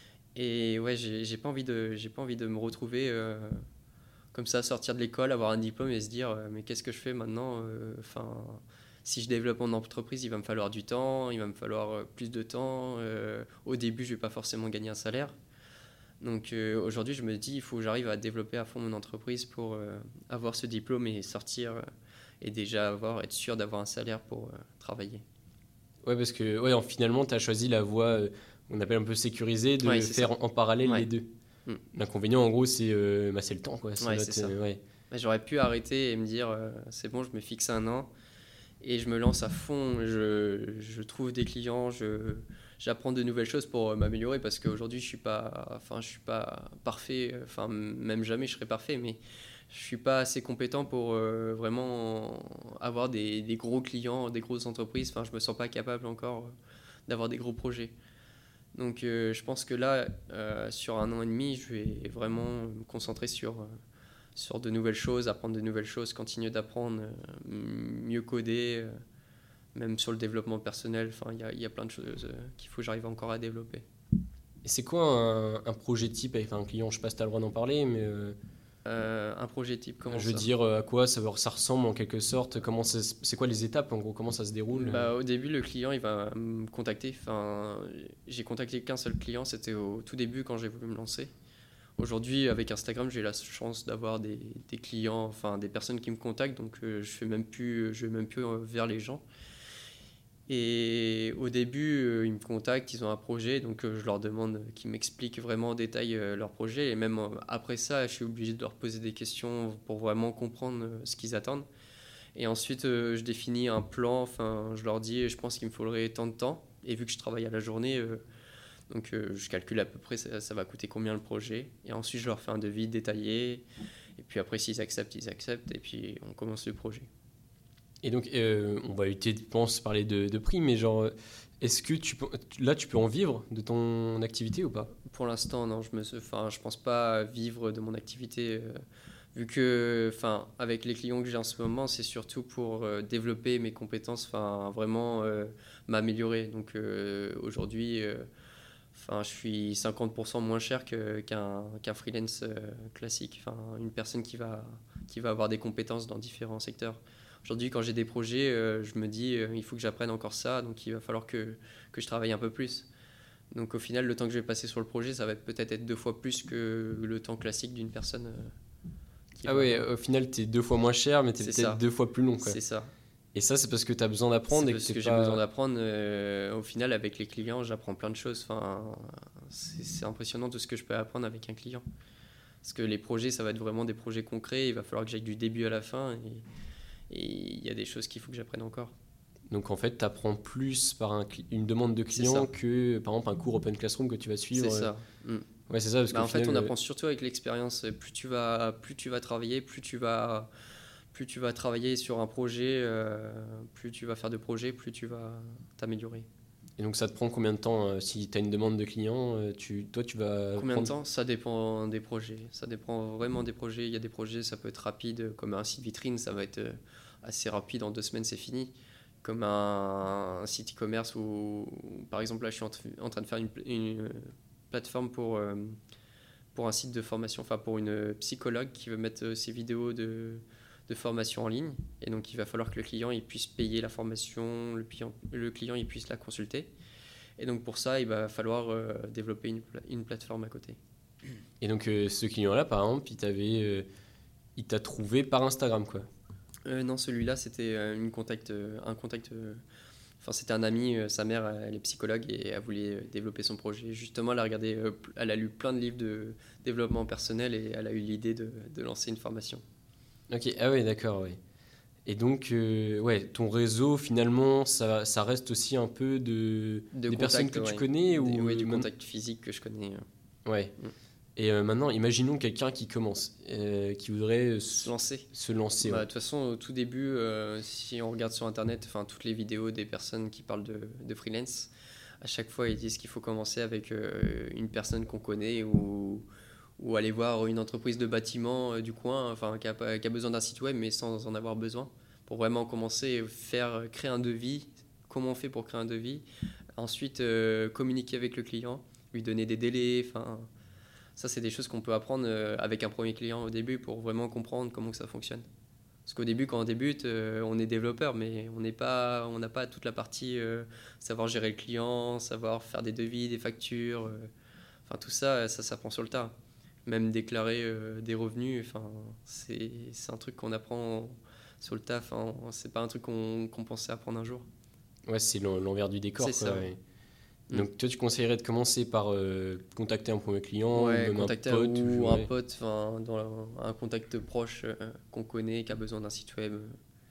Et ouais, j'ai j'ai pas envie de, j'ai pas envie de me retrouver euh, comme ça, sortir de l'école, avoir un diplôme et se dire euh, mais qu'est-ce que je fais maintenant euh, Enfin, si je développe mon entreprise, il va me falloir du temps, il va me falloir euh, plus de temps. euh, au début, je vais pas forcément gagner un salaire. Donc euh, aujourd'hui, je me dis il faut que j'arrive à développer à fond mon entreprise pour euh, avoir ce diplôme et sortir euh, et déjà avoir être sûr d'avoir un salaire pour euh, travailler. Ouais, parce que ouais, en- finalement, tu as choisi la voie, euh, on appelle un peu sécurisée, de Ouais, c'est faire ça. en, en parallèle les Ouais. deux. Mm. L'inconvénient, en gros, c'est euh, bah, c'est le temps, quoi. C'est Ouais, c'est notre, ça. euh, ouais. Mais j'aurais pu arrêter et me dire euh, c'est bon, je me fixe un an et je me lance à fond. Je, je trouve des clients, je, j'apprends de nouvelles choses pour euh, m'améliorer parce qu'aujourd'hui je suis pas, enfin je suis pas parfait, enfin même jamais je serai parfait, mais je suis pas assez compétent pour euh, vraiment avoir des, des gros clients, des grosses entreprises. Enfin je me sens pas capable encore euh, d'avoir des gros projets. Donc euh, je pense que là, euh, sur un an et demi, je vais vraiment me concentrer sur, euh, sur de nouvelles choses, apprendre de nouvelles choses, continuer d'apprendre, euh, mieux coder, euh, même sur le développement personnel. Enfin, il y a, il y a plein de choses euh, qu'il faut que j'arrive encore à développer. Et c'est quoi un, un projet type avec un client? Je sais pas si tu as le droit d'en parler, mais euh, Euh, un projet type, comment je veux ça? dire euh, à quoi ça, ça ressemble en quelque sorte. Comment ça se- c'est quoi les étapes en gros? Comment ça se déroule? Bah, au début, le client, il va me contacter. Enfin, j'ai contacté qu'un seul client, c'était au tout début quand j'ai voulu me lancer. Aujourd'hui, avec Instagram, j'ai la chance d'avoir des, des clients, enfin des personnes qui me contactent, donc euh, je fais même plus, je vais même plus euh, vers les gens. Et au début, euh, ils me contactent, ils ont un projet, donc euh, je leur demande qu'ils m'expliquent vraiment en détail euh, leur projet. Et même euh, après ça, je suis obligé de leur poser des questions pour vraiment comprendre euh, ce qu'ils attendent. Et ensuite, euh, je définis un plan, enfin, je leur dis, je pense qu'il me faudrait tant de temps. Et vu que je travaille à la journée, euh, donc euh, je calcule à peu près ça, ça va coûter combien le projet. Et ensuite, je leur fais un devis détaillé. Et puis après, s'ils acceptent, ils acceptent. Et puis on commence le projet. Et donc, euh, on va éviter, je pense, parler de, de prix, mais genre, euh, est-ce que tu peux, là, tu peux en vivre de ton activité ou pas? Pour l'instant, non, je me, enfin, je pense pas vivre de mon activité. euh, vu que, enfin, avec les clients que j'ai en ce moment, c'est surtout pour euh, développer mes compétences, enfin, vraiment euh, m'améliorer. Donc euh, aujourd'hui, euh, enfin, je suis cinquante pour cent moins cher que- qu'un qu'un freelance euh, classique, enfin, une personne qui va, qui va avoir des compétences dans différents secteurs. Aujourd'hui, quand j'ai des projets, euh, je me dis, euh, il faut que j'apprenne encore ça, donc il va falloir que, que je travaille un peu plus. Donc au final, le temps que je vais passer sur le projet, ça va être peut-être être deux fois plus que le temps classique d'une personne euh, qui Ah va... ouais, au final, t'es deux fois moins cher, mais t'es C'est peut-être ça, deux fois plus long, quoi. c'est ça. Et ça, c'est parce que t'as besoin C'est d'apprendre et que parce t'es que j'ai besoin pas... d'apprendre. euh, au final, avec les clients, j'apprends plein de choses. Enfin, c'est c'est impressionnant tout ce que je peux apprendre avec un client. Parce que les projets, ça va être vraiment des projets concrets. Il va falloir que j'aille du début à la fin. Et et il y a des choses qu'il faut que j'apprenne encore. Donc en fait, t'apprends plus par un cli- une demande de C'est client ça, que, par exemple, un cours Open Classroom que tu vas c'est suivre. euh. ça. Mm. Ouais, c'est ça, parce Bah, qu'au en fait, final... on euh, apprend surtout avec l'expérience. Plus tu vas, plus tu vas travailler, plus tu vas, plus tu vas travailler sur un projet, euh, plus tu vas faire de projets, plus tu vas t'améliorer. Et donc ça te prend combien de temps euh, si t'as une demande de client, euh, tu, toi, tu vas Combien de prendre... temps? Ça dépend des projets. Ça dépend vraiment des projets. Il y a des projets, ça peut être rapide, comme un site vitrine, ça va être euh, assez rapide. En deux semaines, c'est fini. Comme un, un site e-commerce où, où, par exemple, là, je suis en, tr- en train de faire une, une, euh, plateforme pour, euh, pour un site de formation, enfin pour une psychologue qui veut mettre euh, ses vidéos de, de formation en ligne. Et donc, il va falloir que le client il puisse payer la formation, le client, le client il puisse la consulter. Et donc, pour ça, il va falloir euh, développer une, pla- une plateforme à côté. Et donc euh, ce client-là, par exemple, il t'avait... euh, il t'a trouvé par Instagram, quoi. Euh, non, celui-là, c'était euh, une contact, euh, un contact. euh, Enfin, c'était un ami. euh, sa mère, elle est psychologue et elle voulait euh, développer son projet. Justement, elle a regardé, euh, pl- elle a lu plein de livres de développement personnel et elle a eu l'idée de, de lancer une formation. Ok, ah ouais, d'accord, ouais. Et donc, euh, ouais, ton réseau, finalement, ça, ça reste aussi un peu de, De des personnes contact, que tu ouais. connais Des- ou ouais, euh, du man- contact physique que je connais. euh. Ouais. Mm. Et euh, maintenant, imaginons quelqu'un qui commence, euh, qui voudrait euh, Se se, lancer. se lancer. Bah, Ouais. de toute façon, au tout début, euh, si on regarde sur Internet, enfin, toutes les vidéos des personnes qui parlent de, de freelance, à chaque fois, ils disent qu'il faut commencer avec euh, une personne qu'on connaît ou, ou aller voir une entreprise de bâtiment euh, du coin, enfin, qui a, pas- qui a besoin d'un site web, mais sans en avoir besoin, pour vraiment commencer, faire, créer un devis. Comment on fait pour créer un devis? Ensuite, euh, communiquer avec le client, lui donner des délais, enfin... Ça, c'est des choses qu'on peut apprendre euh, avec un premier client au début pour vraiment comprendre comment que ça fonctionne. Parce qu'au début, quand on débute, euh, on est développeur, mais on n'est pas, on n'a pas toute la partie euh, savoir gérer le client, savoir faire des devis, des factures. euh. Enfin, tout ça, ça s'apprend sur le tas. Même déclarer euh, des revenus, enfin, c'est, c'est un truc qu'on apprend sur le tas. Enfin, c'est pas un truc qu'on, qu'on pensait apprendre un jour. Ouais, c'est l'en- l'envers du décor, C'est quoi. ça. Ouais. Mm. Donc, toi, tu conseillerais de commencer par euh, contacter un premier client ou Ouais, même un contacter un- pote ou ou, un ouais. pote, enfin, dans la- un contact proche euh, qu'on connaît, qui a besoin d'un site web.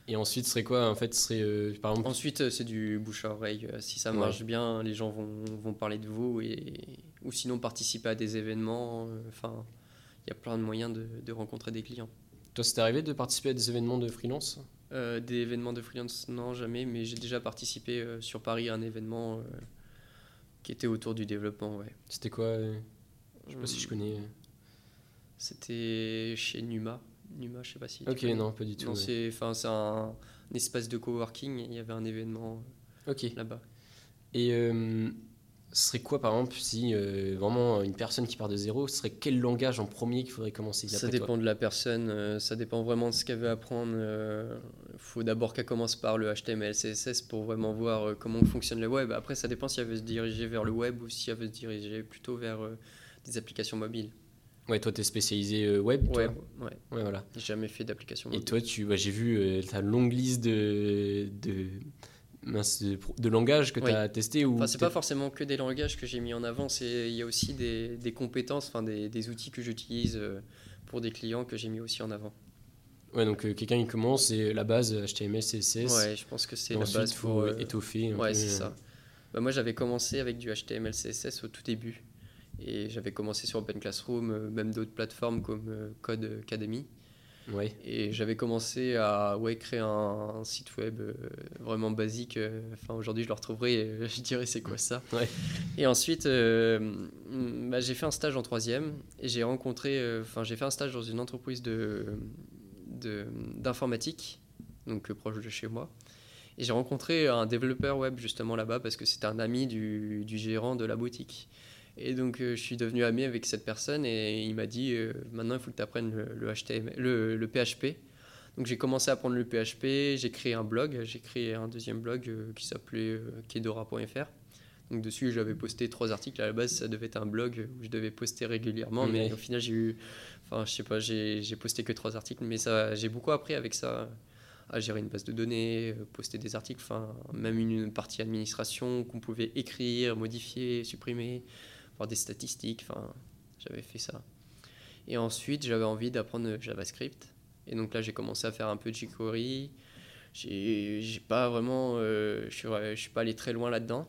Et ensuite, ce serait quoi? En fait, ce serait, euh, par exemple... Ensuite, euh, c'est du bouche à oreille. Euh, Si ça Ouais. marche bien, les gens vont, vont parler de vous et, ou sinon participer à des événements. euh, Enfin, il y a plein de moyens de, de rencontrer des clients. Toi, c'est arrivé de participer à des événements de freelance? Euh, des événements de freelance, non, jamais, mais j'ai déjà participé euh, sur Paris à un événement euh, qui était autour du développement, ouais. C'était quoi? euh, Je sais pas si je Hum, connais. C'était chez Numa. Numa, je sais pas si tu Ok, connais. non, pas du tout. Non, ouais. c'est, enfin, c'est un, un espace de coworking. Il y avait un événement Ok. euh, là-bas. Et euh, ce serait quoi, par exemple, si euh, vraiment une personne qui part de zéro, ce serait quel langage en premier qu'il faudrait commencer Ça d'après dépend toi? de la personne, euh, ça dépend vraiment de ce qu'elle veut apprendre. Il faut d'abord qu'elle commence par le H T M L, C S S pour vraiment voir euh, comment fonctionne le web. Après, ça dépend si elle veut se diriger vers le web ou si elle veut se diriger plutôt vers euh, des applications mobiles. Ouais, toi, t'es spécialisé euh, web, toi? Web, ouais. Ouais, voilà. J'ai jamais fait d'application Et mobile. toi, tu, bah, j'ai vu euh, ta longue liste de, de, mince, de, pro- de langages que tu Oui. as testé ou Enfin, c'est pas peut-être- forcément que des langages que j'ai mis en avant, c'est il y a aussi des, des compétences, enfin des, des outils que j'utilise euh, pour des clients que j'ai mis aussi en avant. Ouais, donc euh, quelqu'un il commence, c'est la base H T M L, C S S. Ouais, je pense que c'est Et la ensuite, base il pour. faut euh, étoffer un Ouais, peu. c'est euh, ça. Bah, moi, j'avais commencé avec du H T M L, C S S au tout début. Et j'avais commencé sur Open Classroom, euh, même d'autres plateformes comme euh, Code Academy. Ouais. Et j'avais commencé à ouais, créer un, un site web euh, vraiment basique. euh, Enfin, aujourd'hui, je le retrouverai et je dirais c'est quoi ça. Ouais. Et ensuite, euh, mm, bah, j'ai fait un stage en troisième et j'ai rencontré. euh, Enfin, j'ai fait un stage dans une entreprise de, de- d'informatique, donc euh, proche de chez moi. Et j'ai rencontré un développeur web justement là-bas parce que c'était un ami du, du gérant de la boutique. Et donc euh, je suis devenu ami avec cette personne et il m'a dit euh, maintenant il faut que tu apprennes le, le H T M L, le, le P H P. Donc j'ai commencé à apprendre le P H P, j'ai créé un blog, j'ai créé un deuxième blog euh, qui s'appelait euh, kedora point f r. Donc dessus j'avais posté trois articles. À la base ça devait être un blog où je devais poster régulièrement, mais Ouais. au final j'ai eu, enfin je sais pas, j'ai, j'ai posté que trois articles, mais ça j'ai beaucoup appris avec ça à gérer une base de données, euh, poster des articles, enfin même une partie administration qu'on pouvait écrire, modifier, supprimer, voir des statistiques, enfin j'avais fait ça. Et ensuite j'avais envie d'apprendre JavaScript. Et donc là j'ai commencé à faire un peu de jQuery. J'ai, j'ai pas vraiment, euh, je suis, je suis pas allé très loin là-dedans.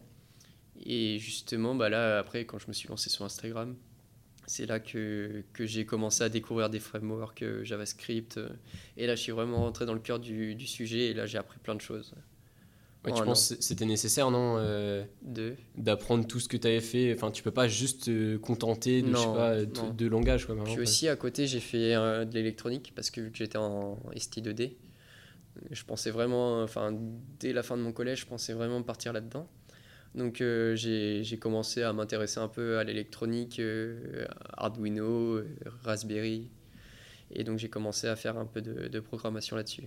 Et justement bah là après quand je me suis lancé sur Instagram, c'est là que, que j'ai commencé à découvrir des frameworks euh, JavaScript. euh, et là, je suis vraiment rentré dans le cœur du, du sujet et là, j'ai appris plein de choses. Ouais, En tu un an. penses que c'était nécessaire, non, euh, Deux. d'apprendre tout ce que tu avais fait? Enfin, tu peux pas juste te contenter de, je sais Non, pas, de, non. de langage, quoi, par Puis exemple. aussi, à côté, j'ai fait euh, de l'électronique parce que vu que j'étais en S T deux D, je pensais vraiment, enfin, dès la fin de mon collège, je pensais vraiment partir là-dedans. Donc, euh, j'ai, j'ai commencé à m'intéresser un peu à l'électronique, euh, Arduino, euh, Raspberry. Et donc, j'ai commencé à faire un peu de, de programmation là-dessus.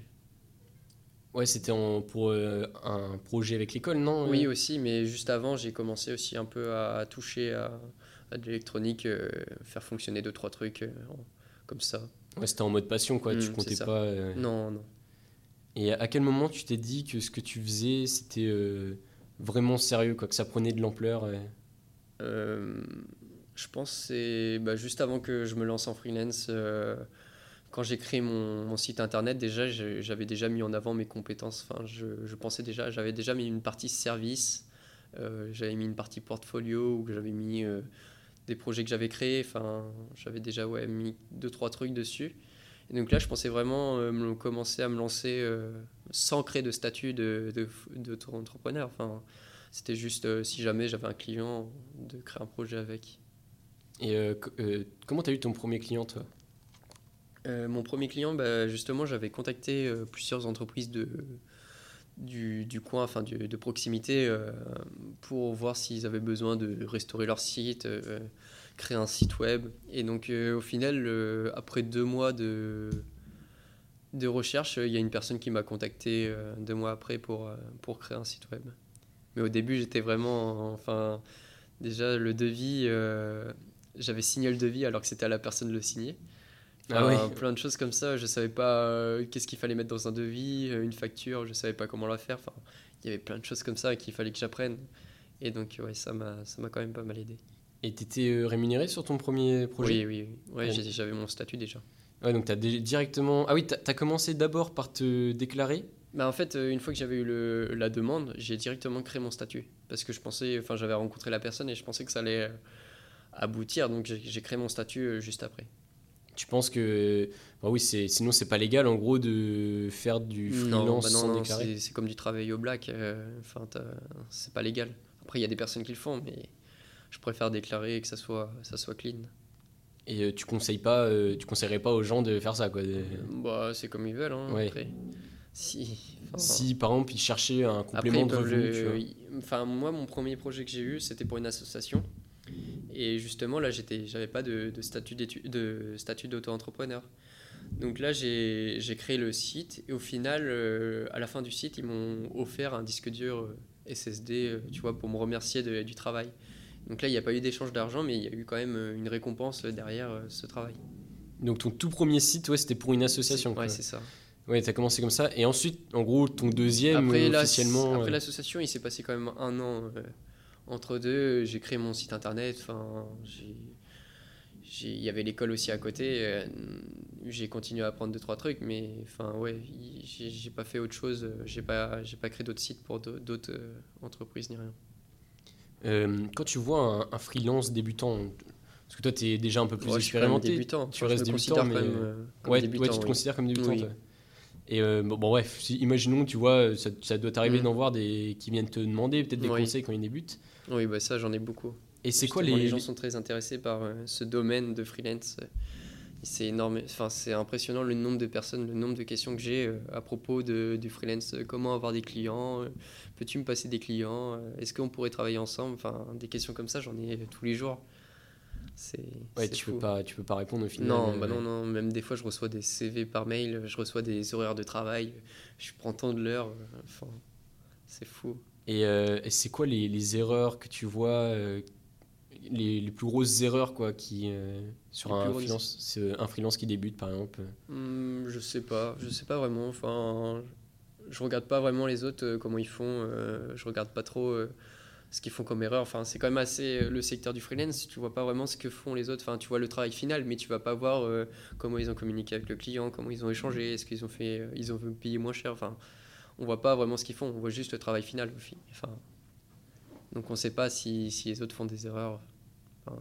Ouais, c'était en- pour euh, un projet avec l'école, non? Oui, euh aussi, mais juste avant, j'ai commencé aussi un peu à, à toucher à, à de l'électronique, euh, faire fonctionner deux, trois trucs euh, en- comme ça. Ouais, c'était en mode passion, quoi. Tu Hmm, c'est comptais ça. pas. euh, Non, non. Et à quel moment tu t'es dit que ce que tu faisais, c'était euh, vraiment sérieux, quoi, que ça prenait de l'ampleur? euh Euh, je pense que c'est bah, juste avant que je me lance en freelance, euh, quand j'ai créé mon, mon site internet, déjà, je- j'avais déjà mis en avant mes compétences. Enfin, je, je pensais déjà, j'avais déjà mis une partie service, euh, j'avais mis une partie portfolio où j'avais mis euh, des projets que j'avais créés. Enfin, j'avais déjà ouais, mis deux, trois trucs dessus. Et donc là, je pensais vraiment euh, me- commencer à me lancer euh, sans créer de statut de, de, d'auto-entrepreneur. Enfin, c'était juste euh, si jamais j'avais un client, de créer un projet avec. Et euh, co- euh, comment t'as eu ton premier client, toi? Euh, mon premier client, bah, justement, j'avais contacté euh, plusieurs entreprises de, du, du coin, enfin du- de proximité, euh, pour voir s'ils avaient besoin de restaurer leur site, euh, créer un site web. Et donc, euh, au final, euh, après deux mois de, de recherche, il y a une personne qui m'a contacté euh, deux mois après pour, euh, pour créer un site web. Mais au début, j'étais vraiment. Enfin, déjà, le devis, euh, j'avais signé le devis alors que c'était à la personne de le signer. Ah ouais. Enfin, plein de choses comme ça. Je savais pas euh, qu'est-ce qu'il fallait mettre dans un devis, euh, une facture, je savais pas comment la faire. Enfin, il y avait plein de choses comme ça qu'il fallait que j'apprenne. Et donc, ouais, ça m'a, ça m'a quand même pas mal aidé. Et t'étais euh, rémunéré sur ton premier projet? Oui, oui, oui. Ouais, Ouais. j'ai- j'avais mon statut déjà. Ouais, donc t'as dé- directement. Ah oui, t'as t'as commencé d'abord par te déclarer Bah en fait, euh, une fois que j'avais eu le, la demande, j'ai directement créé mon statut. Parce que je pensais, enfin j'avais rencontré la personne et je pensais que ça allait euh, aboutir, donc j'ai j'ai créé mon statut euh, juste après. Tu penses que... Bah oui, c'est... sinon c'est pas légal en gros de faire du Non, bah freelance non, sans non, déclarer? c'est c'est comme du travail au black, euh, enfin t'as- c'est pas légal. Après, il y a des personnes qui le font, mais je préfère déclarer et que ça soit, ça soit clean. Et euh, tu conseilles pas, euh, tu conseillerais pas aux gens de faire ça, quoi. de- Bah, c'est comme ils veulent, hein, Ouais. après. Si, enfin, Si par exemple ils cherchaient un après, complément ils de peuvent revenu, tu le. vois. ils- Enfin, moi, mon premier projet que j'ai eu, c'était pour une association. Et justement, là, j'étais, j'avais pas de, de statut d'étu- de statut d'auto-entrepreneur. Donc là, j'ai j'ai créé le site. Et au final, euh, à la fin du site, ils m'ont offert un disque dur euh, S S D, euh, tu vois, pour me remercier de- du travail. Donc là, il n'y a pas eu d'échange d'argent, mais il y a eu quand même euh, une récompense euh, derrière euh, ce travail. Donc ton tout premier site, ouais, c'était pour une C'est- association, Ouais, quoi. c'est ça. Ouais, t'as commencé comme ça. Et ensuite, en gros, ton deuxième, Après, euh, là, officiellement... après euh, l'association, il s'est passé quand même un an euh, entre deux. J'ai créé mon site internet. Enfin, j'ai, j'ai- il y avait l'école aussi à côté. euh, j'ai continué à apprendre deux trois trucs, mais enfin ouais, il- j'ai j'ai pas fait autre chose. euh, J'ai pas, j'ai pas créé d'autres sites pour d'au- d'autres euh, entreprises ni rien. euh, quand tu vois un, un freelance débutant, parce que toi, t'es déjà un peu plus Ouais, je suis quand même expérimenté, débutant. tu Enfin, je restes me débutant, considère quand mais... même euh, euh, comme Ouais, ouais, tu débutant, te oui. considères comme débutant, Oui. toi. Et euh, bon, bon, bref, si- imaginons, tu vois, ça, ça doit t'arriver Mm. d'en voir des qui viennent te demander peut-être des Oui. conseils quand ils débutent. Oui, bah ça, j'en ai beaucoup. Et c'est quoi Justement, les les, gens les- sont très intéressés par euh, ce domaine de freelance. C'est énorme, enfin, c'est impressionnant le nombre de personnes, le nombre de questions que j'ai euh, à propos de, du freelance. Euh, Comment avoir des clients? euh, Peux-tu me passer des clients? Euh, Est-ce qu'on pourrait travailler ensemble? Enfin, des questions comme ça, j'en ai tous les jours. C'est Ouais, c'est tu peux fou. pas, tu peux pas répondre au final. Non, bah euh, non, non. Même des fois, je reçois des C V par mail, je reçois des horaires de travail. Je prends tant de l'heure. euh, Enfin, c'est fou. Et, euh, et c'est quoi les, les erreurs que tu vois, euh, les, les plus grosses erreurs quoi, qui, euh, sur Les plus un grosses. freelance, c'est un freelance qui débute par exemple. Hmm, je sais pas, je sais pas vraiment. Enfin, je regarde pas vraiment les autres euh, comment ils font. Euh, je regarde pas trop euh, ce qu'ils font comme erreur. Enfin, c'est quand même assez euh, le secteur du freelance. Tu vois pas vraiment ce que font les autres. Enfin, tu vois le travail final, mais tu vas pas voir euh, comment ils ont communiqué avec le client, comment ils ont échangé, est-ce qu'ils ont fait, euh, ils ont payé moins cher. Enfin, on voit pas vraiment ce qu'ils font. On voit juste le travail final. Au fi- Enfin, donc on sait pas si, si les autres font des erreurs. Enfin,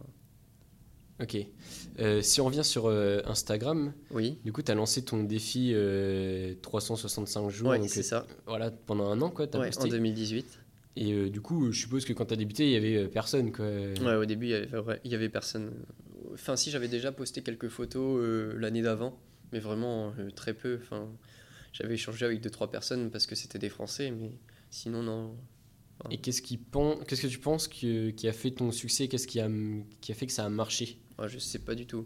Ok. Euh, si on revient sur euh, Instagram, oui, du coup, tu as lancé ton défi euh, trois cent soixante-cinq jours. ouais, Donc, c'est euh, ça. voilà, pendant un an, quoi, tu as Ouais, en posté. deux mille dix-huit. Et euh, du coup, je suppose que quand tu as débuté, il y avait euh, personne, quoi. Ouais, au début, il y avait, ouais, il y avait personne. Enfin, si, j'avais déjà posté quelques photos euh, l'année d'avant, mais vraiment euh, très peu. Enfin, j'avais échangé avec deux, trois personnes parce que c'était des Français, mais sinon, non. Enfin, Et qu'est-ce qui pen- qu'est-ce que tu penses que- qui a fait ton succès? Qu'est-ce qui a, qui a fait que ça a marché? ouais, je sais pas du tout.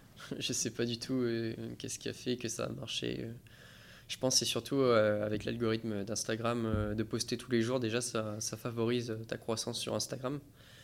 Je sais pas du tout euh, qu'est-ce qui a fait que ça a marché. euh. Je pense que c'est surtout euh, avec l'algorithme d'Instagram euh, de poster tous les jours. Déjà, ça, ça favorise ta croissance sur Instagram.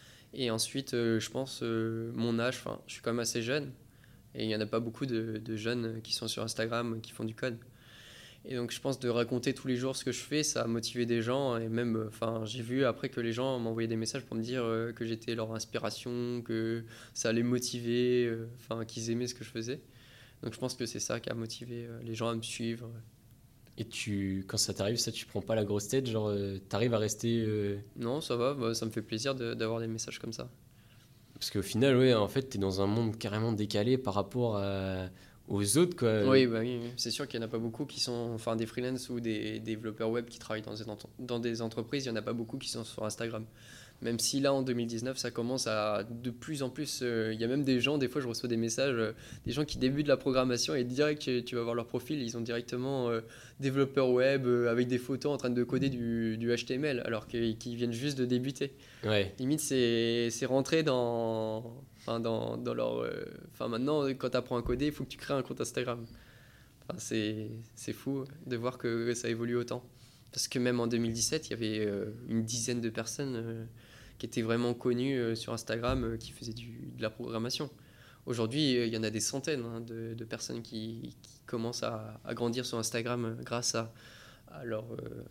Et ensuite, euh, je pense, euh, mon âge, enfin, je suis quand même assez jeune. Et il n'y en a pas beaucoup de, de jeunes qui sont sur Instagram, qui font du code. Et donc, je pense de raconter tous les jours ce que je fais, ça a motivé des gens. Et même, euh, enfin, j'ai vu après que les gens m'envoyaient des messages pour me dire euh, que j'étais leur inspiration, que ça allait me motiver, euh, enfin, qu'ils aimaient ce que je faisais. Donc, je pense que c'est ça qui a motivé euh, les gens à me suivre. Et tu, quand ça t'arrive, ça, tu prends pas la grosse tête, genre, euh, t'arrives à rester. euh, Non, ça va, bah, ça me fait plaisir de- d'avoir des messages comme ça. Parce qu'au final, ouais, en fait, t'es dans un monde carrément décalé par rapport à- aux autres, quoi. Oui, bah oui, oui. C'est sûr qu'il n'y en a pas beaucoup qui sont, enfin, des freelance ou des développeurs web qui travaillent dans des, ent- dans des entreprises, il n'y en a pas beaucoup qui sont sur Instagram. Même si là, en deux mille dix-neuf, ça commence à de plus en plus. euh, Il y a même des gens, des fois, je reçois des messages, euh, des gens qui débutent la programmation et direct, tu tu vas voir leur profil, ils ont directement euh, développeur web euh, avec des photos en train de coder du, du H T M L, alors que- qu'ils viennent juste de débuter. Ouais. Limite, c'est c'est rentré dans, enfin, dans, dans leur. euh, Enfin, maintenant, quand tu apprends à coder, il faut que tu crées un compte Instagram. Enfin, c'est c'est fou de voir que ça évolue autant. Parce que même en deux mille dix-sept, il y avait euh, une dizaine de personnes euh, qui étaient vraiment connues euh, sur Instagram euh, qui faisaient du, de la programmation. Aujourd'hui, euh, il y en a des centaines hein, de, de personnes qui, qui commencent à, à grandir sur Instagram euh, grâce à, à leurs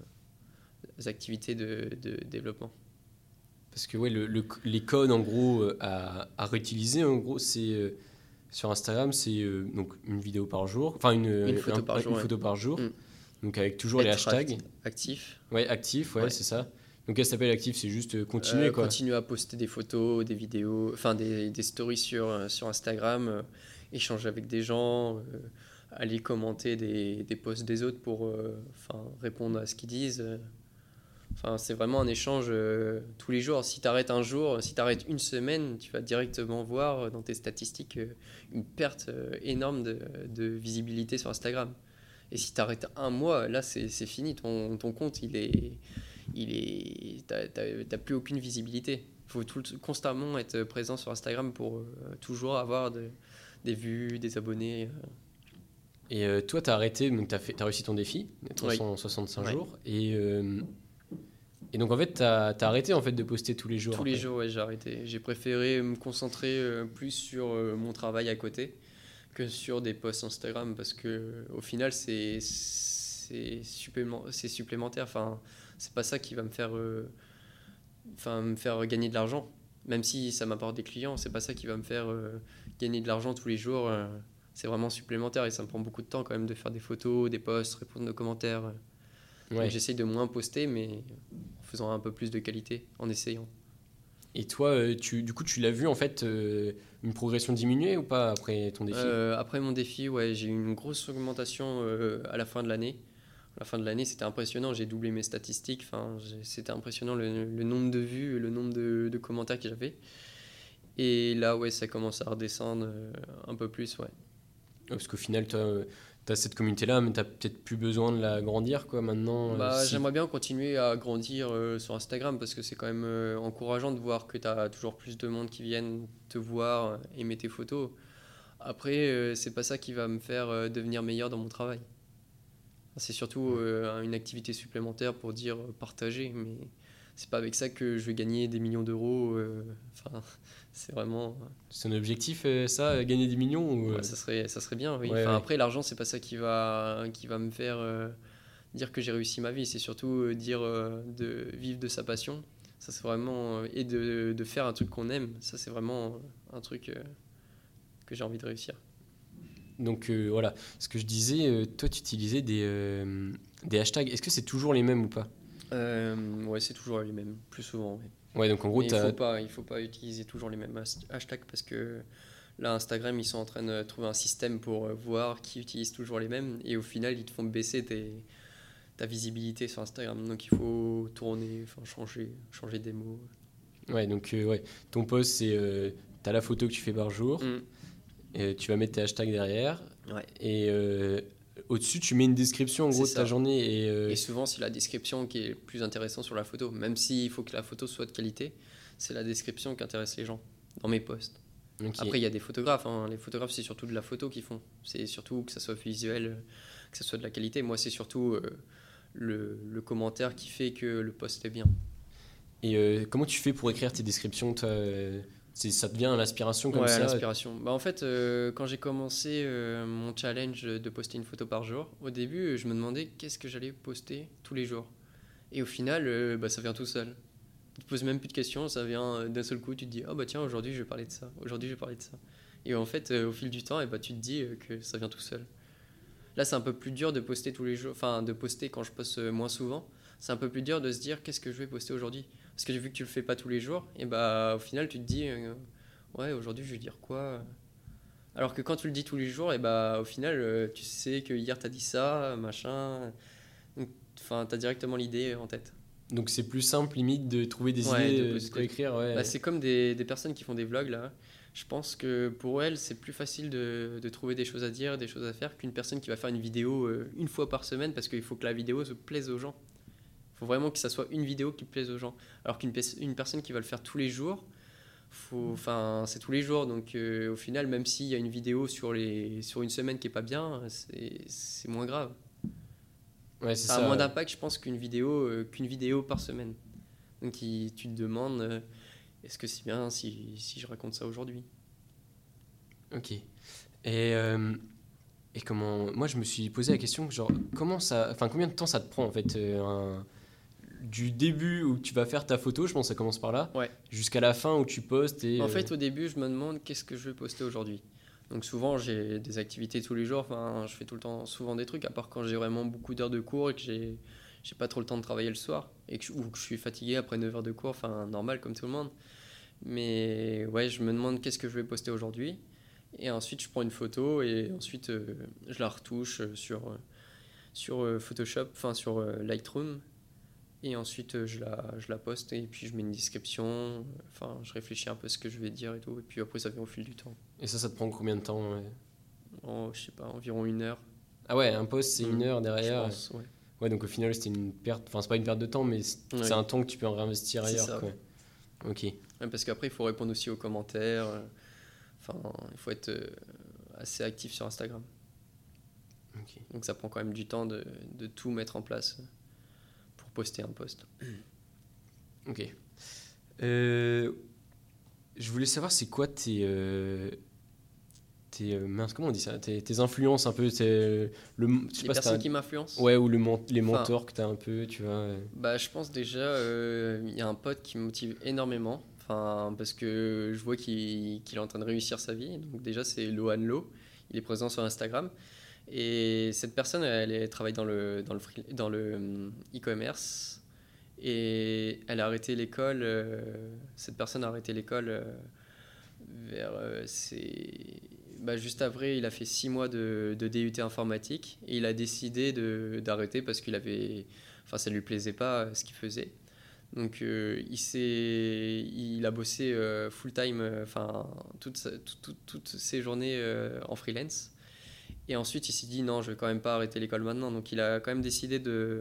euh, activités de, de développement. Parce que ouais, le, le- les codes en gros euh, à, à réutiliser en gros c'est euh, sur Instagram c'est euh, donc une vidéo par jour, enfin une, Une photo un- par un- jour, une ouais. photo par jour. Mm. Donc avec toujours les Être hashtags. act- actif. Ouais, actif, ouais, Ouais. c'est ça. Donc elle s'appelle actif, c'est juste euh, continuer Euh, quoi. continuer à poster des photos, des vidéos, enfin des, des stories sur, euh, sur Instagram, euh, échanger avec des gens, euh, aller commenter des, des posts des autres pour euh, enfin, répondre à ce qu'ils disent. euh. Enfin, c'est vraiment un échange euh, tous les jours. Si tu arrêtes un jour, si tu arrêtes une semaine, tu vas directement voir euh, dans tes statistiques euh, une perte euh, énorme de, de visibilité sur Instagram. Et si tu arrêtes un mois, là, c'est c'est fini. Ton, ton compte, il est, il est, t'as, t'as- t'as plus aucune visibilité. Il faut tout, le- constamment être présent sur Instagram pour euh, toujours avoir de- des vues, des abonnés. euh. Et euh, toi, t'as arrêté, donc t'as fait, t'as réussi ton défi, trois cent soixante-cinq Ouais. jours. Et, euh, et donc en fait, t'as, t'as arrêté en fait de poster tous les jours. Tous les après. jours, ouais, j'ai arrêté. J'ai préféré me concentrer euh, plus sur euh, mon travail à côté que sur des posts Instagram parce que au final, c'est c'est supplément- c'est supplémentaire. Enfin, c'est pas ça qui va me faire, euh, enfin, me faire gagner de l'argent. Même si ça m'apporte des clients, c'est pas ça qui va me faire euh, gagner de l'argent tous les jours. euh. C'est vraiment supplémentaire et ça me prend beaucoup de temps quand même de faire des photos, des posts, répondre aux commentaires. euh. Donc Ouais. j'essaye de moins poster, mais en faisant un peu plus de qualité, en essayant. Et toi, euh, tu, du coup, tu l'as vu en fait euh, une progression diminuer ou pas après ton défi? Euh, après mon défi, ouais, j'ai eu une grosse augmentation euh, à la fin de l'année. À la fin de l'année, c'était impressionnant. J'ai doublé mes statistiques. Enfin, j'ai- c'était impressionnant le, le nombre de vues, et le nombre de, de commentaires que j'avais. Et là, ouais, ça commence à redescendre euh, un peu plus, ouais. Ouais, parce qu'au final, toi, tu as cette communauté-là, mais tu peut-être plus besoin de la grandir quoi maintenant. euh, Bah, si... j'aimerais bien continuer à grandir euh, sur Instagram parce que c'est quand même euh, encourageant de voir que tu as toujours plus de monde qui viennent te voir, euh, aimer tes photos. Après, euh, c'est pas ça qui va me faire euh, devenir meilleur dans mon travail. C'est surtout euh, une activité supplémentaire pour dire euh, partager, mais c'est pas avec ça que je vais gagner des millions d'euros. euh, Enfin, c'est vraiment. C'est un objectif, euh, ça, euh, gagner des millions ou, Ouais, euh, ça serait, ça serait bien, oui. Ouais, Enfin, ouais. après, l'argent, c'est pas ça qui va, qui va me faire euh, dire que j'ai réussi ma vie. C'est surtout euh, dire euh, de vivre de sa passion. Ça, c'est vraiment. euh, et de, de faire un truc qu'on aime. Ça, c'est vraiment euh, un truc euh, que j'ai envie de réussir. Donc euh, voilà, ce que je disais, euh, toi, tu utilisais des, euh, des hashtags. Est-ce que c'est toujours les mêmes ou pas? Euh, ouais, c'est toujours les mêmes, plus souvent, ouais. Ouais, donc en gros, Mais il t'as... faut pas, il faut pas utiliser toujours les mêmes has- hashtags parce que là, Instagram, ils sont en train de trouver un système pour euh, voir qui utilise toujours les mêmes et au final, ils te font baisser tes, ta visibilité sur Instagram. Donc il faut tourner, enfin changer, changer des mots. Ouais, donc euh, ouais, ton post, c'est... Euh, t'as la photo que tu fais par jour, Mm. et tu vas mettre tes hashtags derrière, Ouais. et euh, au-dessus, tu mets une description en C'est gros de ta ça. journée. Et, euh, Et souvent, c'est la description qui est le plus intéressante sur la photo. Même s'il faut que la photo soit de qualité, c'est la description qui intéresse les gens dans mes posts. ok. Après, il y a des photographes. Hein. Les photographes, c'est surtout de la photo qu'ils font. C'est surtout que ça soit visuel, que ça soit de la qualité. Moi, c'est surtout euh, le, le commentaire qui fait que le post est bien. Et euh, comment tu fais pour écrire tes descriptions toi, euh, c'est, ça devient l'inspiration comme Ouais, ça? l'inspiration. Bah, en fait, euh, quand j'ai commencé euh, mon challenge de poster une photo par jour, au début, je me demandais qu'est-ce que j'allais poster tous les jours. Et au final, euh, bah, ça vient tout seul. Tu te poses même plus de questions, ça vient euh, d'un seul coup. Tu te dis, oh bah tiens, aujourd'hui je vais parler de ça. Aujourd'hui je vais parler de ça. Et en fait, euh, au fil du temps, et bah, tu te dis euh, que ça vient tout seul. Là, c'est un peu plus dur de poster tous les jours, enfin de poster quand je poste euh, moins souvent. C'est un peu plus dur de se dire qu'est-ce que je vais poster aujourd'hui. Parce que vu que tu le fais pas tous les jours, et bah au final tu te dis euh, ouais aujourd'hui je vais dire quoi. Alors que quand tu le dis tous les jours, et bah au final euh, tu sais que hier t'as dit ça, machin. Donc enfin t'as directement l'idée en tête. Donc c'est plus simple limite de trouver des Ouais, idées, de euh, de poster. quoi écrire. Ouais. Bah, c'est comme des, des personnes qui font des vlogs là. Je pense que pour elles, c'est plus facile de, de trouver des choses à dire, des choses à faire qu'une personne qui va faire une vidéo euh, une fois par semaine parce qu'il faut que la vidéo se plaise aux gens. Il faut vraiment que ça soit une vidéo qui plaise aux gens. Alors qu'une pe- une personne qui va le faire tous les jours, faut, enfin, c'est tous les jours. Donc euh, au final, même s'il y a une vidéo sur, les, sur une semaine qui est pas bien, c'est, c'est moins grave. Ouais, c'est Ça a ça. moins d'impact, je pense, qu'une vidéo, euh, qu'une vidéo par semaine. Donc il- tu te demandes, euh, est-ce que c'est bien si, si je raconte ça aujourd'hui? Ok. Et, euh, et comment... Moi, je me suis posé la question, genre, comment ça... Enfin, combien de temps ça te prend, en fait, euh, un- du début où tu vas faire ta photo, je pense que ça commence par là, Ouais. jusqu'à la fin où tu postes et... En euh, fait, au début, je me demande qu'est-ce que je vais poster aujourd'hui. Donc souvent, j'ai des activités tous les jours. Enfin, je fais tout le temps souvent des trucs, à part quand j'ai vraiment beaucoup d'heures de cours et que j'ai, j'ai pas trop le temps de travailler le soir. Et que, je- ou que je suis fatigué après neuf heures de cours. Enfin, normal, comme tout le monde. Mais ouais, je me demande qu'est-ce que je vais poster aujourd'hui. Et ensuite, je prends une photo et ensuite, euh, je la retouche euh, sur, euh, sur euh, Photoshop, enfin sur euh, Lightroom. Et ensuite, euh, je la, je la poste et puis je mets une description. Enfin, je réfléchis un peu à ce que je vais dire et tout. Et puis après, ça vient au fil du temps. Et ça, ça te prend combien de temps ouais En, je sais pas, environ une heure. Ah ouais, un post, c'est une Hmm, heure je derrière. pense, ouais. Ouais, donc au final, c'était une perte. Enfin, c'est pas une perte de temps, mais c'est c'est Ouais, un temps que tu peux en réinvestir c'est ailleurs, ça. quoi. Ok. Ouais, parce qu'après, il faut répondre aussi aux commentaires. euh, Enfin, il faut être euh, assez actif sur Instagram. Ok. Donc ça prend quand même du temps de, de tout mettre en place pour poster un post. Ok. Euh, je voulais savoir, c'est quoi tes. euh, tes euh, mince, comment on dit ça tes, tes influences un peu. tes- le, je sais Les pas si t'as personnes un- qui m'influencent, Ouais, ou le, men- les enfin, mentors que t'as un peu, tu vois. euh. bah, je pense déjà, euh, il y a un pote qui me motive énormément. Enfin, parce que je vois qu'il qu'il est en train de réussir sa vie. Donc déjà, c'est Lohan Lo. Il est présent sur Instagram. Et cette personne, elle, elle travaille dans le, dans le, free- dans le hum, e-commerce. Et elle a arrêté l'école. euh, cette personne a arrêté l'école euh, vers euh, ses- bah, juste après, il a fait six mois de, de D U T informatique et il a décidé de, d'arrêter parce qu'il avait, enfin, ça lui plaisait pas euh, ce qu'il faisait. Donc, euh, il s'est, il a bossé euh, full time, euh, enfin, toutes, sa- tout- tout- toutes ses journées euh, en freelance. Et ensuite, il s'est dit non, je vais quand même pas arrêter l'école maintenant. Donc, il a quand même décidé de,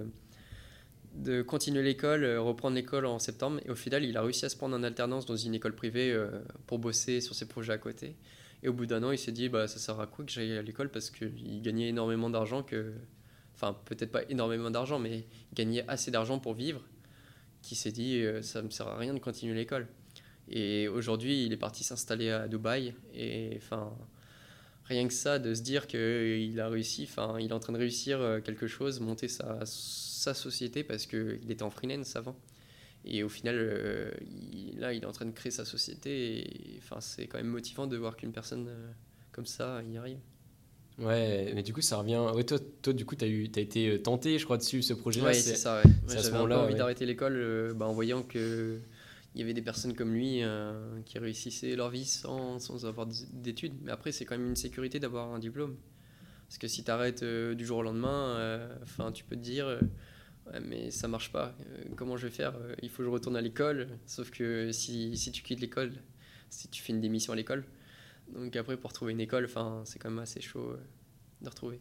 de continuer l'école, euh, reprendre l'école en septembre. Et au final, il a réussi à se prendre en alternance dans une école privée euh, pour bosser sur ses projets à côté. Et au bout d'un an, il s'est dit, bah, ça sert à quoi que j'aille à l'école parce qu'il gagnait énormément d'argent que... Enfin, peut-être pas énormément d'argent, mais il gagnait assez d'argent pour vivre, qui s'est dit, euh, ça me sert à rien de continuer l'école. Et aujourd'hui, il est parti s'installer à Dubaï. Et enfin, rien que ça, de se dire qu'il a réussi, enfin, il est en train de réussir euh, quelque chose, monter sa, sa société parce qu'il était en freelance avant. Et au final, euh, il- là, il est en train de créer sa société. Et enfin, c'est quand même motivant de voir qu'une personne euh, comme ça y arrive. Ouais, mais du coup, ça revient. Ouais, toi, toi du coup, t'as eu, t'as été euh, tenté, je crois, dessus, ce projet-là. Ouais, c'est C'est, ça. Ouais. Ouais, c'est à ce j'avais un peu moment-là, envie ouais. d'arrêter l'école euh, bah, en voyant que il y avait des personnes comme lui euh, qui réussissaient leur vie sans, sans avoir d- d'études. Mais après, c'est quand même une sécurité d'avoir un diplôme. Parce que si tu arrêtes du jour au lendemain, euh, enfin, tu peux te dire, euh, ouais, mais ça marche pas. Euh, comment je vais faire? Euh, Il faut que je retourne à l'école. Sauf que si, si tu quittes l'école, si tu fais une démission à l'école, donc après pour trouver une école, enfin, c'est quand même assez chaud euh, de retrouver.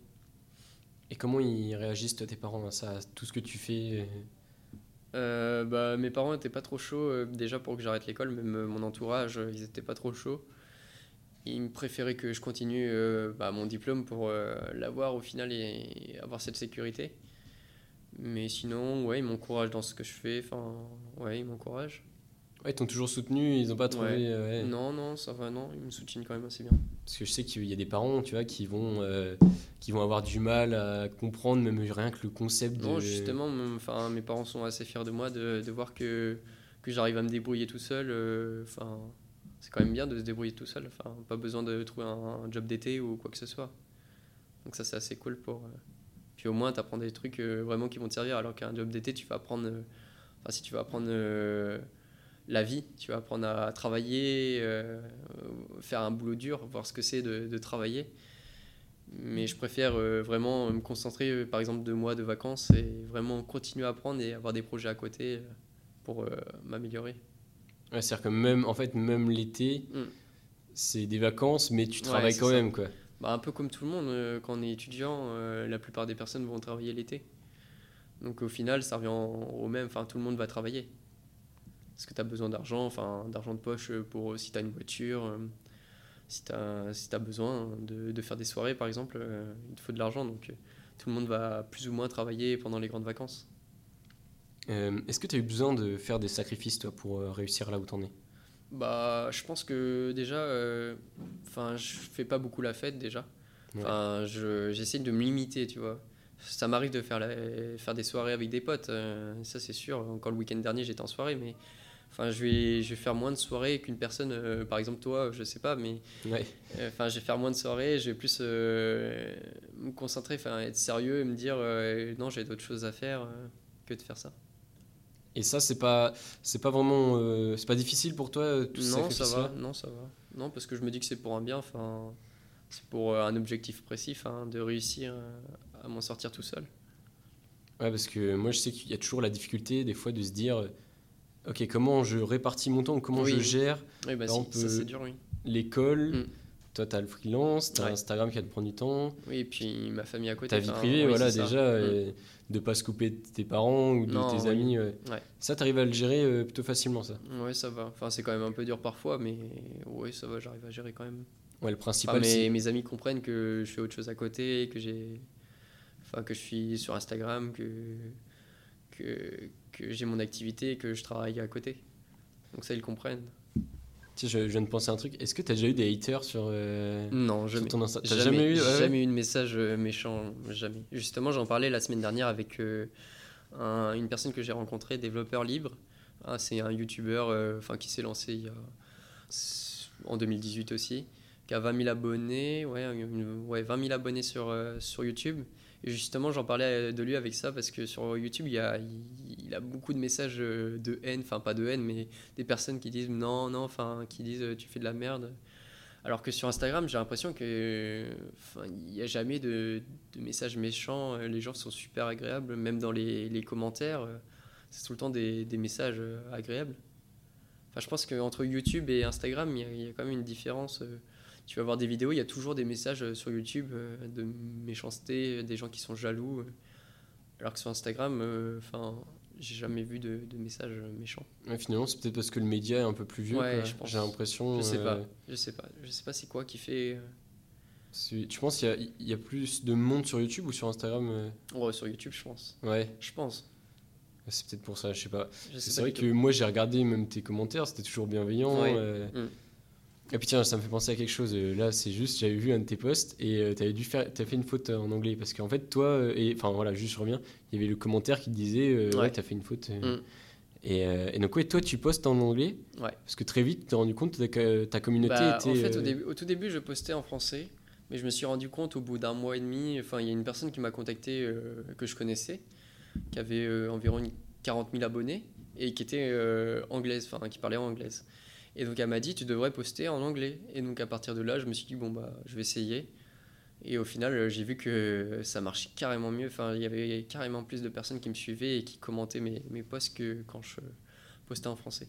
Et comment ils réagissent, toi, tes parents, à ça, à tout ce que tu fais? euh Euh, bah, mes parents étaient pas trop chauds euh, déjà pour que j'arrête l'école, même euh, mon entourage, euh, ils étaient pas trop chauds. Ils me préféraient que je continue euh, bah, mon diplôme pour euh, l'avoir au final et avoir cette sécurité. Mais sinon, ouais, ils m'encouragent dans ce que je fais. Enfin, ouais, ils m'encouragent. Ouais, ils t'ont toujours soutenu, ils ont pas Ouais. trouvé. euh, ouais. Non, non, ça va, non, ils me soutiennent quand même assez bien. Parce que je sais qu'il y a des parents, tu vois, qui vont, euh, qui vont avoir du mal à comprendre, même rien que le concept Non, de. justement, même- enfin, mes parents sont assez fiers de moi de, de voir que, que j'arrive à me débrouiller tout seul. euh, Enfin, c'est quand même bien de se débrouiller tout seul. Enfin, pas besoin de trouver un, un job d'été ou quoi que ce soit. Donc ça, c'est assez cool pour. euh, Puis au moins, tu apprends des trucs euh, vraiment qui vont te servir. Alors qu'un job d'été, tu vas apprendre. euh, Enfin, si tu vas apprendre euh, la vie, tu vas apprendre à travailler, euh, faire un boulot dur, voir ce que c'est de, de travailler. Mais je préfère euh, vraiment me concentrer, euh, par exemple, deux mois de vacances et vraiment continuer à apprendre et avoir des projets à côté euh, pour euh, m'améliorer. Ouais, c'est-à-dire que même, en fait, même l'été, Mm. c'est des vacances, mais tu Ouais, travailles c'est quand ça. même, quoi. Bah, un peu comme tout le monde, euh, quand on est étudiant, euh, la plupart des personnes vont travailler l'été. Donc au final, ça revient au même, enfin tout le monde va travailler. Parce que tu as besoin d'argent, enfin d'argent de poche euh, pour si tu as une voiture, euh, si tu as, si t'as besoin de, de faire des soirées par exemple, euh, il te faut de l'argent. Donc euh, tout le monde va plus ou moins travailler pendant les grandes vacances. Euh, est-ce que tu as eu besoin de faire des sacrifices, toi, pour euh, réussir là où t'en es? Bah, je pense que déjà, euh, enfin, je fais pas beaucoup la fête déjà. Ouais. Enfin, je, j'essaie de me limiter, tu vois. Ça m'arrive de faire, la- faire des soirées avec des potes, euh, ça c'est sûr. Encore le week-end dernier, j'étais en soirée, mais Enfin, je vais, je vais faire moins de soirées qu'une personne, euh, par exemple toi, je sais pas, mais Ouais. euh, enfin, je vais faire moins de soirées, je vais plus euh, me concentrer, enfin, être sérieux et me dire euh, non, j'ai d'autres choses à faire euh, que de faire ça. Et ça, c'est pas, c'est pas vraiment, euh, c'est pas difficile pour toi, euh, tout ce Non, ça va, sacrifice-là? non, ça va. Non, parce que je me dis que c'est pour un bien, enfin, c'est pour euh, un objectif précis, enfin, de réussir euh, à m'en sortir tout seul. Ouais, parce que moi, je sais qu'il y a toujours la difficulté, des fois, de se dire, euh, ok, comment je répartis mon temps, ou comment je Oui, oui, gère, oui, bah par si, exemple, ça c'est euh, dur, oui. l'école, Mm. toi, t'as le freelance, t'as Ouais. Instagram qui va te prendre du temps, Oui, et puis ma famille à côté, ta vie enfin, privée, oui, c'est voilà, ça. déjà, Mm. et de pas se couper de tes parents ou de Non, tes oui, amis. Ouais. ouais. Ça, t'arrives à le gérer euh, plutôt facilement, ça. Ouais, ça va. Enfin, c'est quand même un peu dur parfois, mais ouais, ça va, j'arrive à gérer quand même. Ouais, le Enfin, principal, mes, c'est. mes amis comprennent que je fais autre chose à côté, que j'ai, enfin, que je suis sur Instagram, que, que, que j'ai mon activité et que je travaille à côté. Donc ça, ils comprennent. Tiens, je, je viens de penser à un truc. Est-ce que t'as déjà eu des haters sur, euh, Non, sur jamais. ton Insta? T'as Jamais, jamais eu? Ouais, ouais. jamais eu de message euh, méchant, jamais. Justement, j'en parlais la semaine dernière avec euh, un- une personne que j'ai rencontrée, développeur libre. Ah, c'est un youtubeur euh, enfin, qui s'est lancé il y a, en deux mille dix-huit aussi, qui a vingt mille abonnés, ouais, une- ouais, vingt mille abonnés sur, euh, sur YouTube. Et justement, j'en parlais de lui avec ça parce que sur YouTube, il, y a, il, il a beaucoup de messages euh, de haine, enfin pas de haine, mais des personnes qui disent non, non, enfin qui disent euh, tu fais de la merde. Alors que sur Instagram, j'ai l'impression que, enfin, il n'y a jamais de, de messages méchants. Les gens sont super agréables, même dans les, les commentaires, euh, c'est tout le temps des, des messages euh, agréables. Enfin, je pense qu'entre YouTube et Instagram, il y, a, il y a quand même une différence. euh. Tu vas voir des vidéos, il y a toujours des messages euh, sur YouTube euh, de méchanceté, des gens qui sont jaloux. euh. Alors que sur Instagram, euh, enfin, j'ai jamais vu de, de messages méchants. Ouais, finalement, c'est peut-être parce que le média est un peu plus vieux, Ouais, quoi. je J'ai pense. Je l'impression. sais euh, pas. Je sais pas. Je sais pas c'est quoi qui fait. euh, c'est- tu penses qu'il y a, il y a plus de monde sur YouTube ou sur Instagram? euh Ouais, sur YouTube, je pense. Ouais, Je pense. c'est peut-être pour ça, je sais pas. Je Parce que sais c'est pas vrai du que tout. moi, j'ai regardé même tes commentaires, c'était toujours bienveillant. Ouais. euh. Mm. Et puis tiens, ça me fait penser à quelque chose. euh, Là, c'est juste, j'avais vu un de tes posts et euh, t'avais dû faire, t'as fait une faute euh, en anglais parce qu'en fait, toi, euh, et enfin voilà, juste je reviens, il y avait le commentaire qui te disait, euh, ouais, Ouais. t'as fait une faute. euh. Mm. Et, euh, et donc ouais, toi, tu postes en anglais Ouais. parce que très vite, tu t'es rendu compte que ta communauté Bah, était. en fait, au, euh, début, au tout début, je postais en français, mais je me suis rendu compte au bout d'un mois et demi, enfin, il y a une personne qui m'a contacté euh, que je connaissais, qui avait euh, environ une quarante mille abonnés et qui était euh, anglaise, enfin, qui parlait en anglaise. Et donc, elle m'a dit, tu devrais poster en anglais. Et donc, à partir de là, je me suis dit, bon, bah, je vais essayer. Et au final, euh, j'ai vu que ça marchait carrément mieux. Enfin, il y avait carrément plus de personnes qui me suivaient et qui commentaient mes, mes posts que quand je postais en français.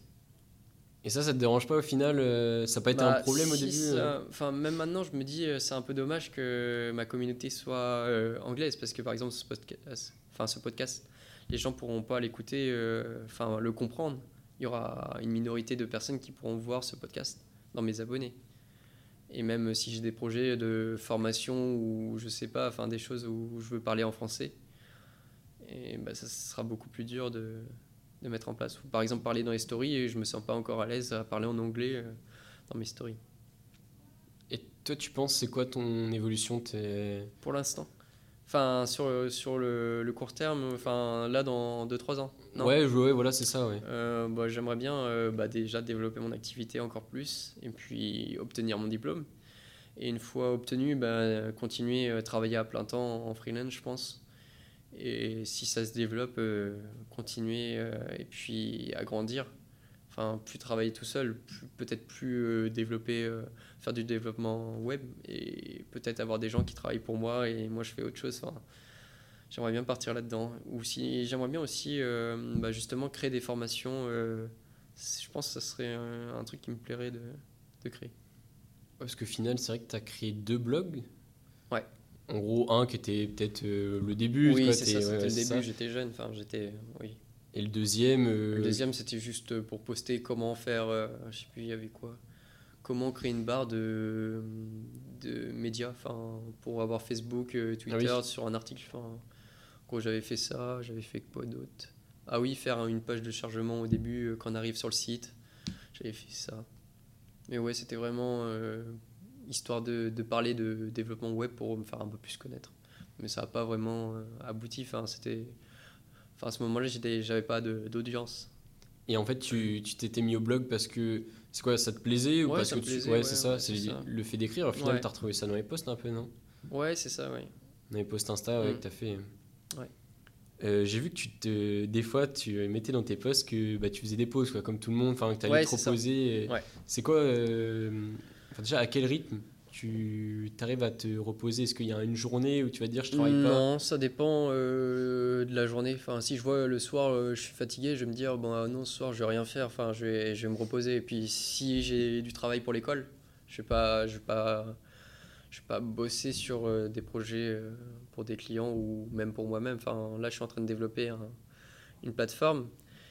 Et ça, ça te dérange pas au final euh, Ça n'a pas été un Bah, problème au si début euh ça- enfin, même maintenant, je me dis, euh, c'est un peu dommage que ma communauté soit euh, anglaise, parce que par exemple, ce podcast, enfin, ce podcast, les gens pourront pas l'écouter, euh, enfin, le comprendre. Il y aura une minorité de personnes qui pourront voir ce podcast dans mes abonnés. Et même si j'ai des projets de formation ou je sais pas, enfin, des choses où je veux parler en français, et bah, ça sera beaucoup plus dur de, de mettre en place. Ou par exemple, parler dans les stories, et je me sens pas encore à l'aise à parler en anglais euh, dans mes stories. Et toi, tu penses, c'est quoi ton évolution t'es... Pour l'instant. Enfin, sur, sur le, le court terme, enfin, là, dans deux trois ans. Non. Ouais, ouais, voilà, c'est ça, ouais. Euh, bah, j'aimerais bien euh, bah, déjà développer mon activité encore plus et puis obtenir mon diplôme. Et une fois obtenu, bah, continuer à travailler à plein temps en freelance, je pense. Et si ça se développe, euh, continuer euh, et puis agrandir. Enfin, plus travailler tout seul, plus- peut-être plus euh, développer, euh, faire du développement web et peut-être avoir des gens qui travaillent pour moi et moi je fais autre chose. Enfin, j'aimerais bien partir là-dedans. Ou si j'aimerais bien aussi euh, bah, justement créer des formations. euh, c- je pense que ça serait un, un truc qui me plairait de, de créer. Ouais, parce qu'au final, c'est vrai que t'as créé deux blogs. Ouais. En gros, un qui était peut-être euh, le début, Oui, quoi, c'est t'es- ça, ouais, c'était ouais, le c'est début, ça. j'étais jeune, enfin j'étais, oui. Et le deuxième, Le euh, deuxième, c'était juste pour poster comment faire, euh, je sais plus, il y avait quoi, comment créer une barre de, de médias, enfin, pour avoir Facebook, euh, ah Twitter oui, sur un article. Enfin, en gros, j'avais fait ça, j'avais fait quoi d'autre? Ah oui, faire une page de chargement au début euh, quand on arrive sur le site, j'avais fait ça. Mais ouais, c'était vraiment euh, histoire de, de parler de développement web pour me faire un peu plus connaître. Mais ça n'a pas vraiment euh, abouti, enfin, c'était... Enfin, à ce moment-là, j'étais, j'avais pas de- d'audience. Et en fait, tu, tu t'étais mis au blog parce que, c'est quoi, ça te plaisait ou Ouais, parce ça que me tu- plaisait, ouais, ouais, c'est ça, ouais, c'est c'est ça. le fait d'écrire. Au final, Ouais. t'as retrouvé ça dans les posts un peu, non? Ouais, c'est ça, ouais. Dans les posts Insta, ouais, Mm. que t'as fait. Ouais. Euh, j'ai vu que tu te, des fois, tu mettais dans tes posts que bah, tu faisais des pauses, quoi, comme tout le monde, enfin, que t'allais Ouais, te c'est ça. reposer. et- Ouais. C'est quoi, euh, enfin, déjà, à quel rythme tu arrives à te reposer? Est-ce qu'il y a une journée où tu vas te dire je travaille pas? Non, ça dépend euh, de la journée. Enfin, si je vois le soir, euh, je suis fatigué, je vais me dire, bon, ah non, ce soir, je vais rien faire. Enfin, je vais, je vais me reposer. Et puis, si j'ai du travail pour l'école, je vais pas, je vais pas, je vais pas bosser sur euh, des projets euh, pour des clients ou même pour moi-même. Enfin, là, je suis en train de développer un- une plateforme.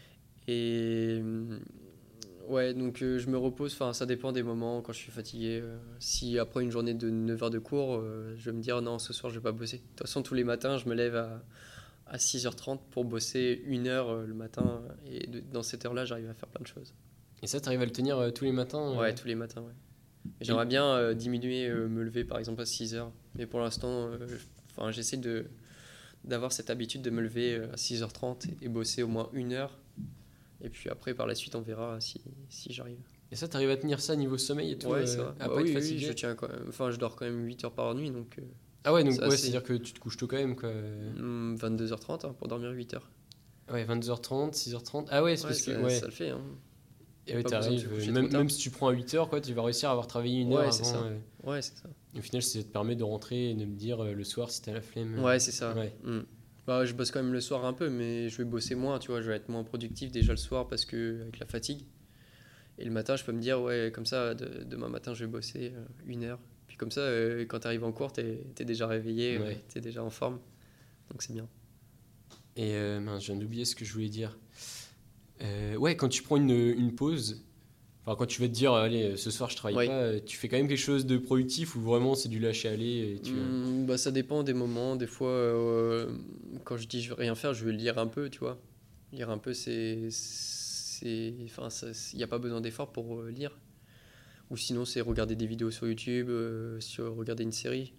Et hum, ouais, donc euh, je me repose. Enfin, ça dépend des moments quand je suis fatigué. euh, si après une journée de neuf heures de cours, euh, je vais me dire non, ce soir, je vais pas bosser. De toute façon, tous les matins, je me lève à, à six heures trente pour bosser une heure euh, le matin. Et de- dans cette heure-là, j'arrive à faire plein de choses. Et ça, t'arrives à le tenir euh, tous les matins? euh Ouais, tous les matins, ouais. Mais j'aimerais bien euh, diminuer, euh, me lever par exemple à six heures. Mais pour l'instant, euh, je- enfin, j'essaie de, d'avoir cette habitude de me lever euh, à six heures trente et, et bosser au moins une heure. Et puis après, par la suite, on verra si, si j'arrive. Et ça, t'arrives à tenir ça niveau sommeil et tout, Ouais, euh, ça va. à Bah pas oui, être oui, fatigué? je tiens quand même, enfin, je dors quand même huit heures par nuit, donc euh, Ah ouais, donc c'est ouais, assez. c'est-à-dire que tu te couches tôt quand même, quoi. hmm, vingt-deux heures trente hein, pour dormir huit heures. Ouais, vingt-deux heures trente, six heures trente. Ah ouais, c'est Ouais, parce que ça, ouais. ça le fait. Hein. Et ouais, Pas besoin de se t'arrives, coucher euh, trop même, tard. même si tu prends à huit heures, quoi, tu vas réussir à avoir travaillé une heure Ouais, c'est avant. ça. euh, Ouais, c'est ça. et au final, ça te permet de rentrer et de me dire euh, le soir si t'as la flemme. euh, Ouais, c'est ça. Ouais. Hmm. Bah, je bosse quand même le soir un peu, mais je vais bosser moins, tu vois. Je vais être moins productif déjà le soir parce que avec la fatigue. Et le matin, je peux me dire, ouais, comme ça, de- demain matin, je vais bosser euh, une heure. Puis comme ça, euh, quand tu arrives en cours, t'es es déjà réveillé, Ouais. tu es déjà en forme. Donc c'est bien. Et euh, mince, je viens d'oublier ce que je voulais dire. Euh, ouais, quand tu prends une, une pause, enfin quand tu vas te dire, allez, ce soir je travaille Oui. pas, euh, tu fais quand même quelque chose de productif ou vraiment c'est du lâcher aller et tu... Hmm, bah, ça dépend des moments. Des fois, euh, quand je dis je vais rien faire, je vais lire un peu, tu vois. Lire un peu, c'est. c'est- Enfin, il n'y a pas besoin d'effort pour euh, lire. Ou sinon, c'est regarder des vidéos sur YouTube, euh, sur, regarder une série.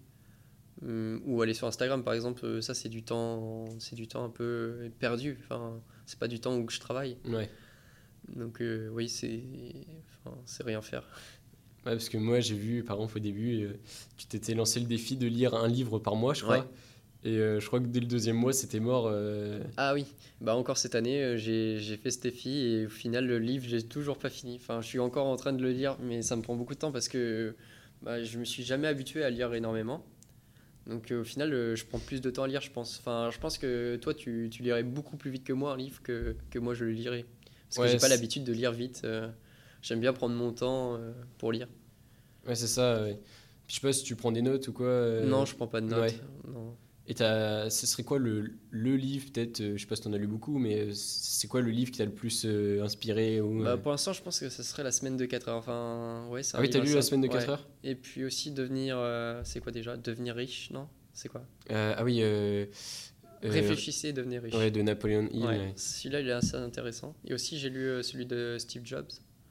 Hum, ou aller sur Instagram, par exemple. euh, Ça, c'est du temps, c'est du temps un peu perdu. Enfin, c'est pas du temps où je travaille. Ouais. Donc, euh, oui, c'est. Enfin, c'est rien faire. Ouais, parce que moi j'ai vu, par exemple au début, euh, tu t'étais lancé le défi de lire un livre par mois, je crois. Ouais. Et euh, je crois que dès le deuxième mois c'était mort. euh, Ah oui, bah encore cette année, euh, j'ai j'ai fait ce défi et au final, le livre, j'ai toujours pas fini. Enfin, je suis encore en train de le lire, mais ça me prend beaucoup de temps parce que bah, je me suis jamais habitué à lire énormément. Donc euh, au final, euh, je prends plus de temps à lire, je pense. Enfin, je pense que toi, tu, tu lirais beaucoup plus vite que moi un livre que, que moi je le lirais. Parce que Ouais, j'ai pas c'est- l'habitude de lire vite. euh, J'aime bien prendre mon temps euh, pour lire. Ouais, c'est ça. Ouais. Puis je sais pas si tu prends des notes ou quoi. euh, Non, je prends pas de notes. ouais. Non. Et t'as- ce serait quoi le, le livre, peut-être, euh, je sais pas si t'en as lu beaucoup, mais euh, c'est quoi le livre qui t'a le plus euh, inspiré ou, Bah, euh, pour l'instant, je pense que ça serait la semaine de quatre heures. Enfin, ouais, c'est Ah un oui, t'as livre lu La assez- semaine de ouais. quatre heures? Et puis aussi devenir, euh, c'est quoi déjà? Devenir riche, non? C'est quoi? Euh, Ah oui. euh, euh, Réfléchissez et devenez riche. Ouais, de Napoléon Hill, Ouais. ouais. Celui-là, il est assez intéressant. Et aussi, j'ai lu euh, celui de Steve Jobs.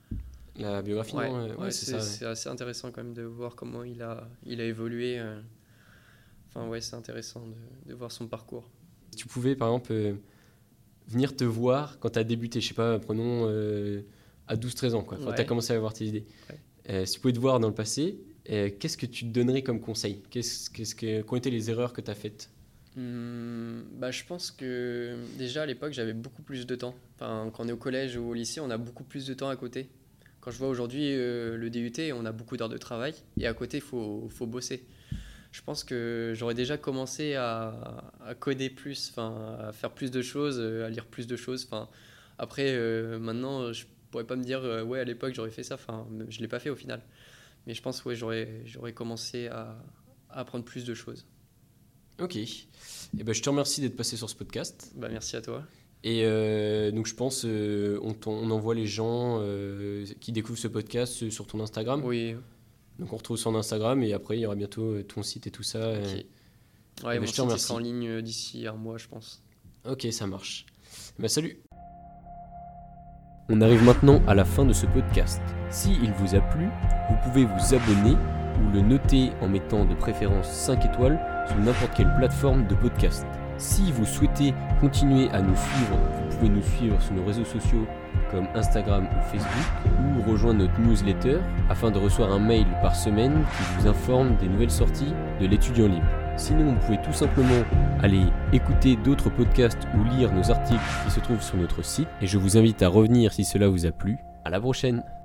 La biographie, Ouais, non euh, ouais, c'est c'est ça. ouais. c'est assez intéressant quand même de voir comment il a, il a évolué. euh. Enfin, ouais, c'est intéressant de, de voir son parcours. Si tu pouvais, par exemple, euh, venir te voir quand t'as débuté, je sais pas, prenons euh, à douze treize ans, quoi, quand Ouais. t'as commencé à avoir tes idées. Ouais. Euh, si tu pouvais te voir dans le passé, euh, qu'est-ce que tu te donnerais comme conseil? Qu'est-ce, qu'est-ce que, Quelles étaient les erreurs que t'as faites? Hum, bah, je pense que déjà à l'époque j'avais beaucoup plus de temps. Enfin, quand on est au collège ou au lycée, on a beaucoup plus de temps à côté. Quand je vois aujourd'hui euh, le D U T, on a beaucoup d'heures de travail et à côté il faut, faut bosser. Je pense que j'aurais déjà commencé à, à coder plus, enfin, à faire plus de choses, euh, à lire plus de choses. Enfin, après, euh, maintenant, je pourrais pas me dire euh, ouais à l'époque j'aurais fait ça. Enfin, je l'ai pas fait au final. Mais je pense ouais j'aurais j'aurais commencé à, à apprendre plus de choses. Ok. Et ben, je te remercie d'être passé sur ce podcast. Bah, merci à toi. Et euh, donc, je pense euh, on, t'en- on envoie les gens euh, qui découvrent ce podcast euh, sur ton Instagram. Oui. Donc, on retrouve son Instagram et après, il y aura bientôt euh, ton site et tout ça. euh. Ok. Ouais, bah, mon je te site il remercie. sera en ligne euh, d'ici un mois, je pense. Ok, ça marche. Bah, salut. On arrive maintenant à la fin de ce podcast. Si il vous a plu, vous pouvez vous abonner ou le noter en mettant de préférence cinq étoiles sur n'importe quelle plateforme de podcast. Si vous souhaitez continuer à nous suivre, vous pouvez nous suivre sur nos réseaux sociaux comme Instagram ou Facebook, ou rejoindre notre newsletter afin de recevoir un mail par semaine qui vous informe des nouvelles sorties de l'étudiant libre. Sinon, vous pouvez tout simplement aller écouter d'autres podcasts ou lire nos articles qui se trouvent sur notre site, et je vous invite à revenir si cela vous a plu. À la prochaine!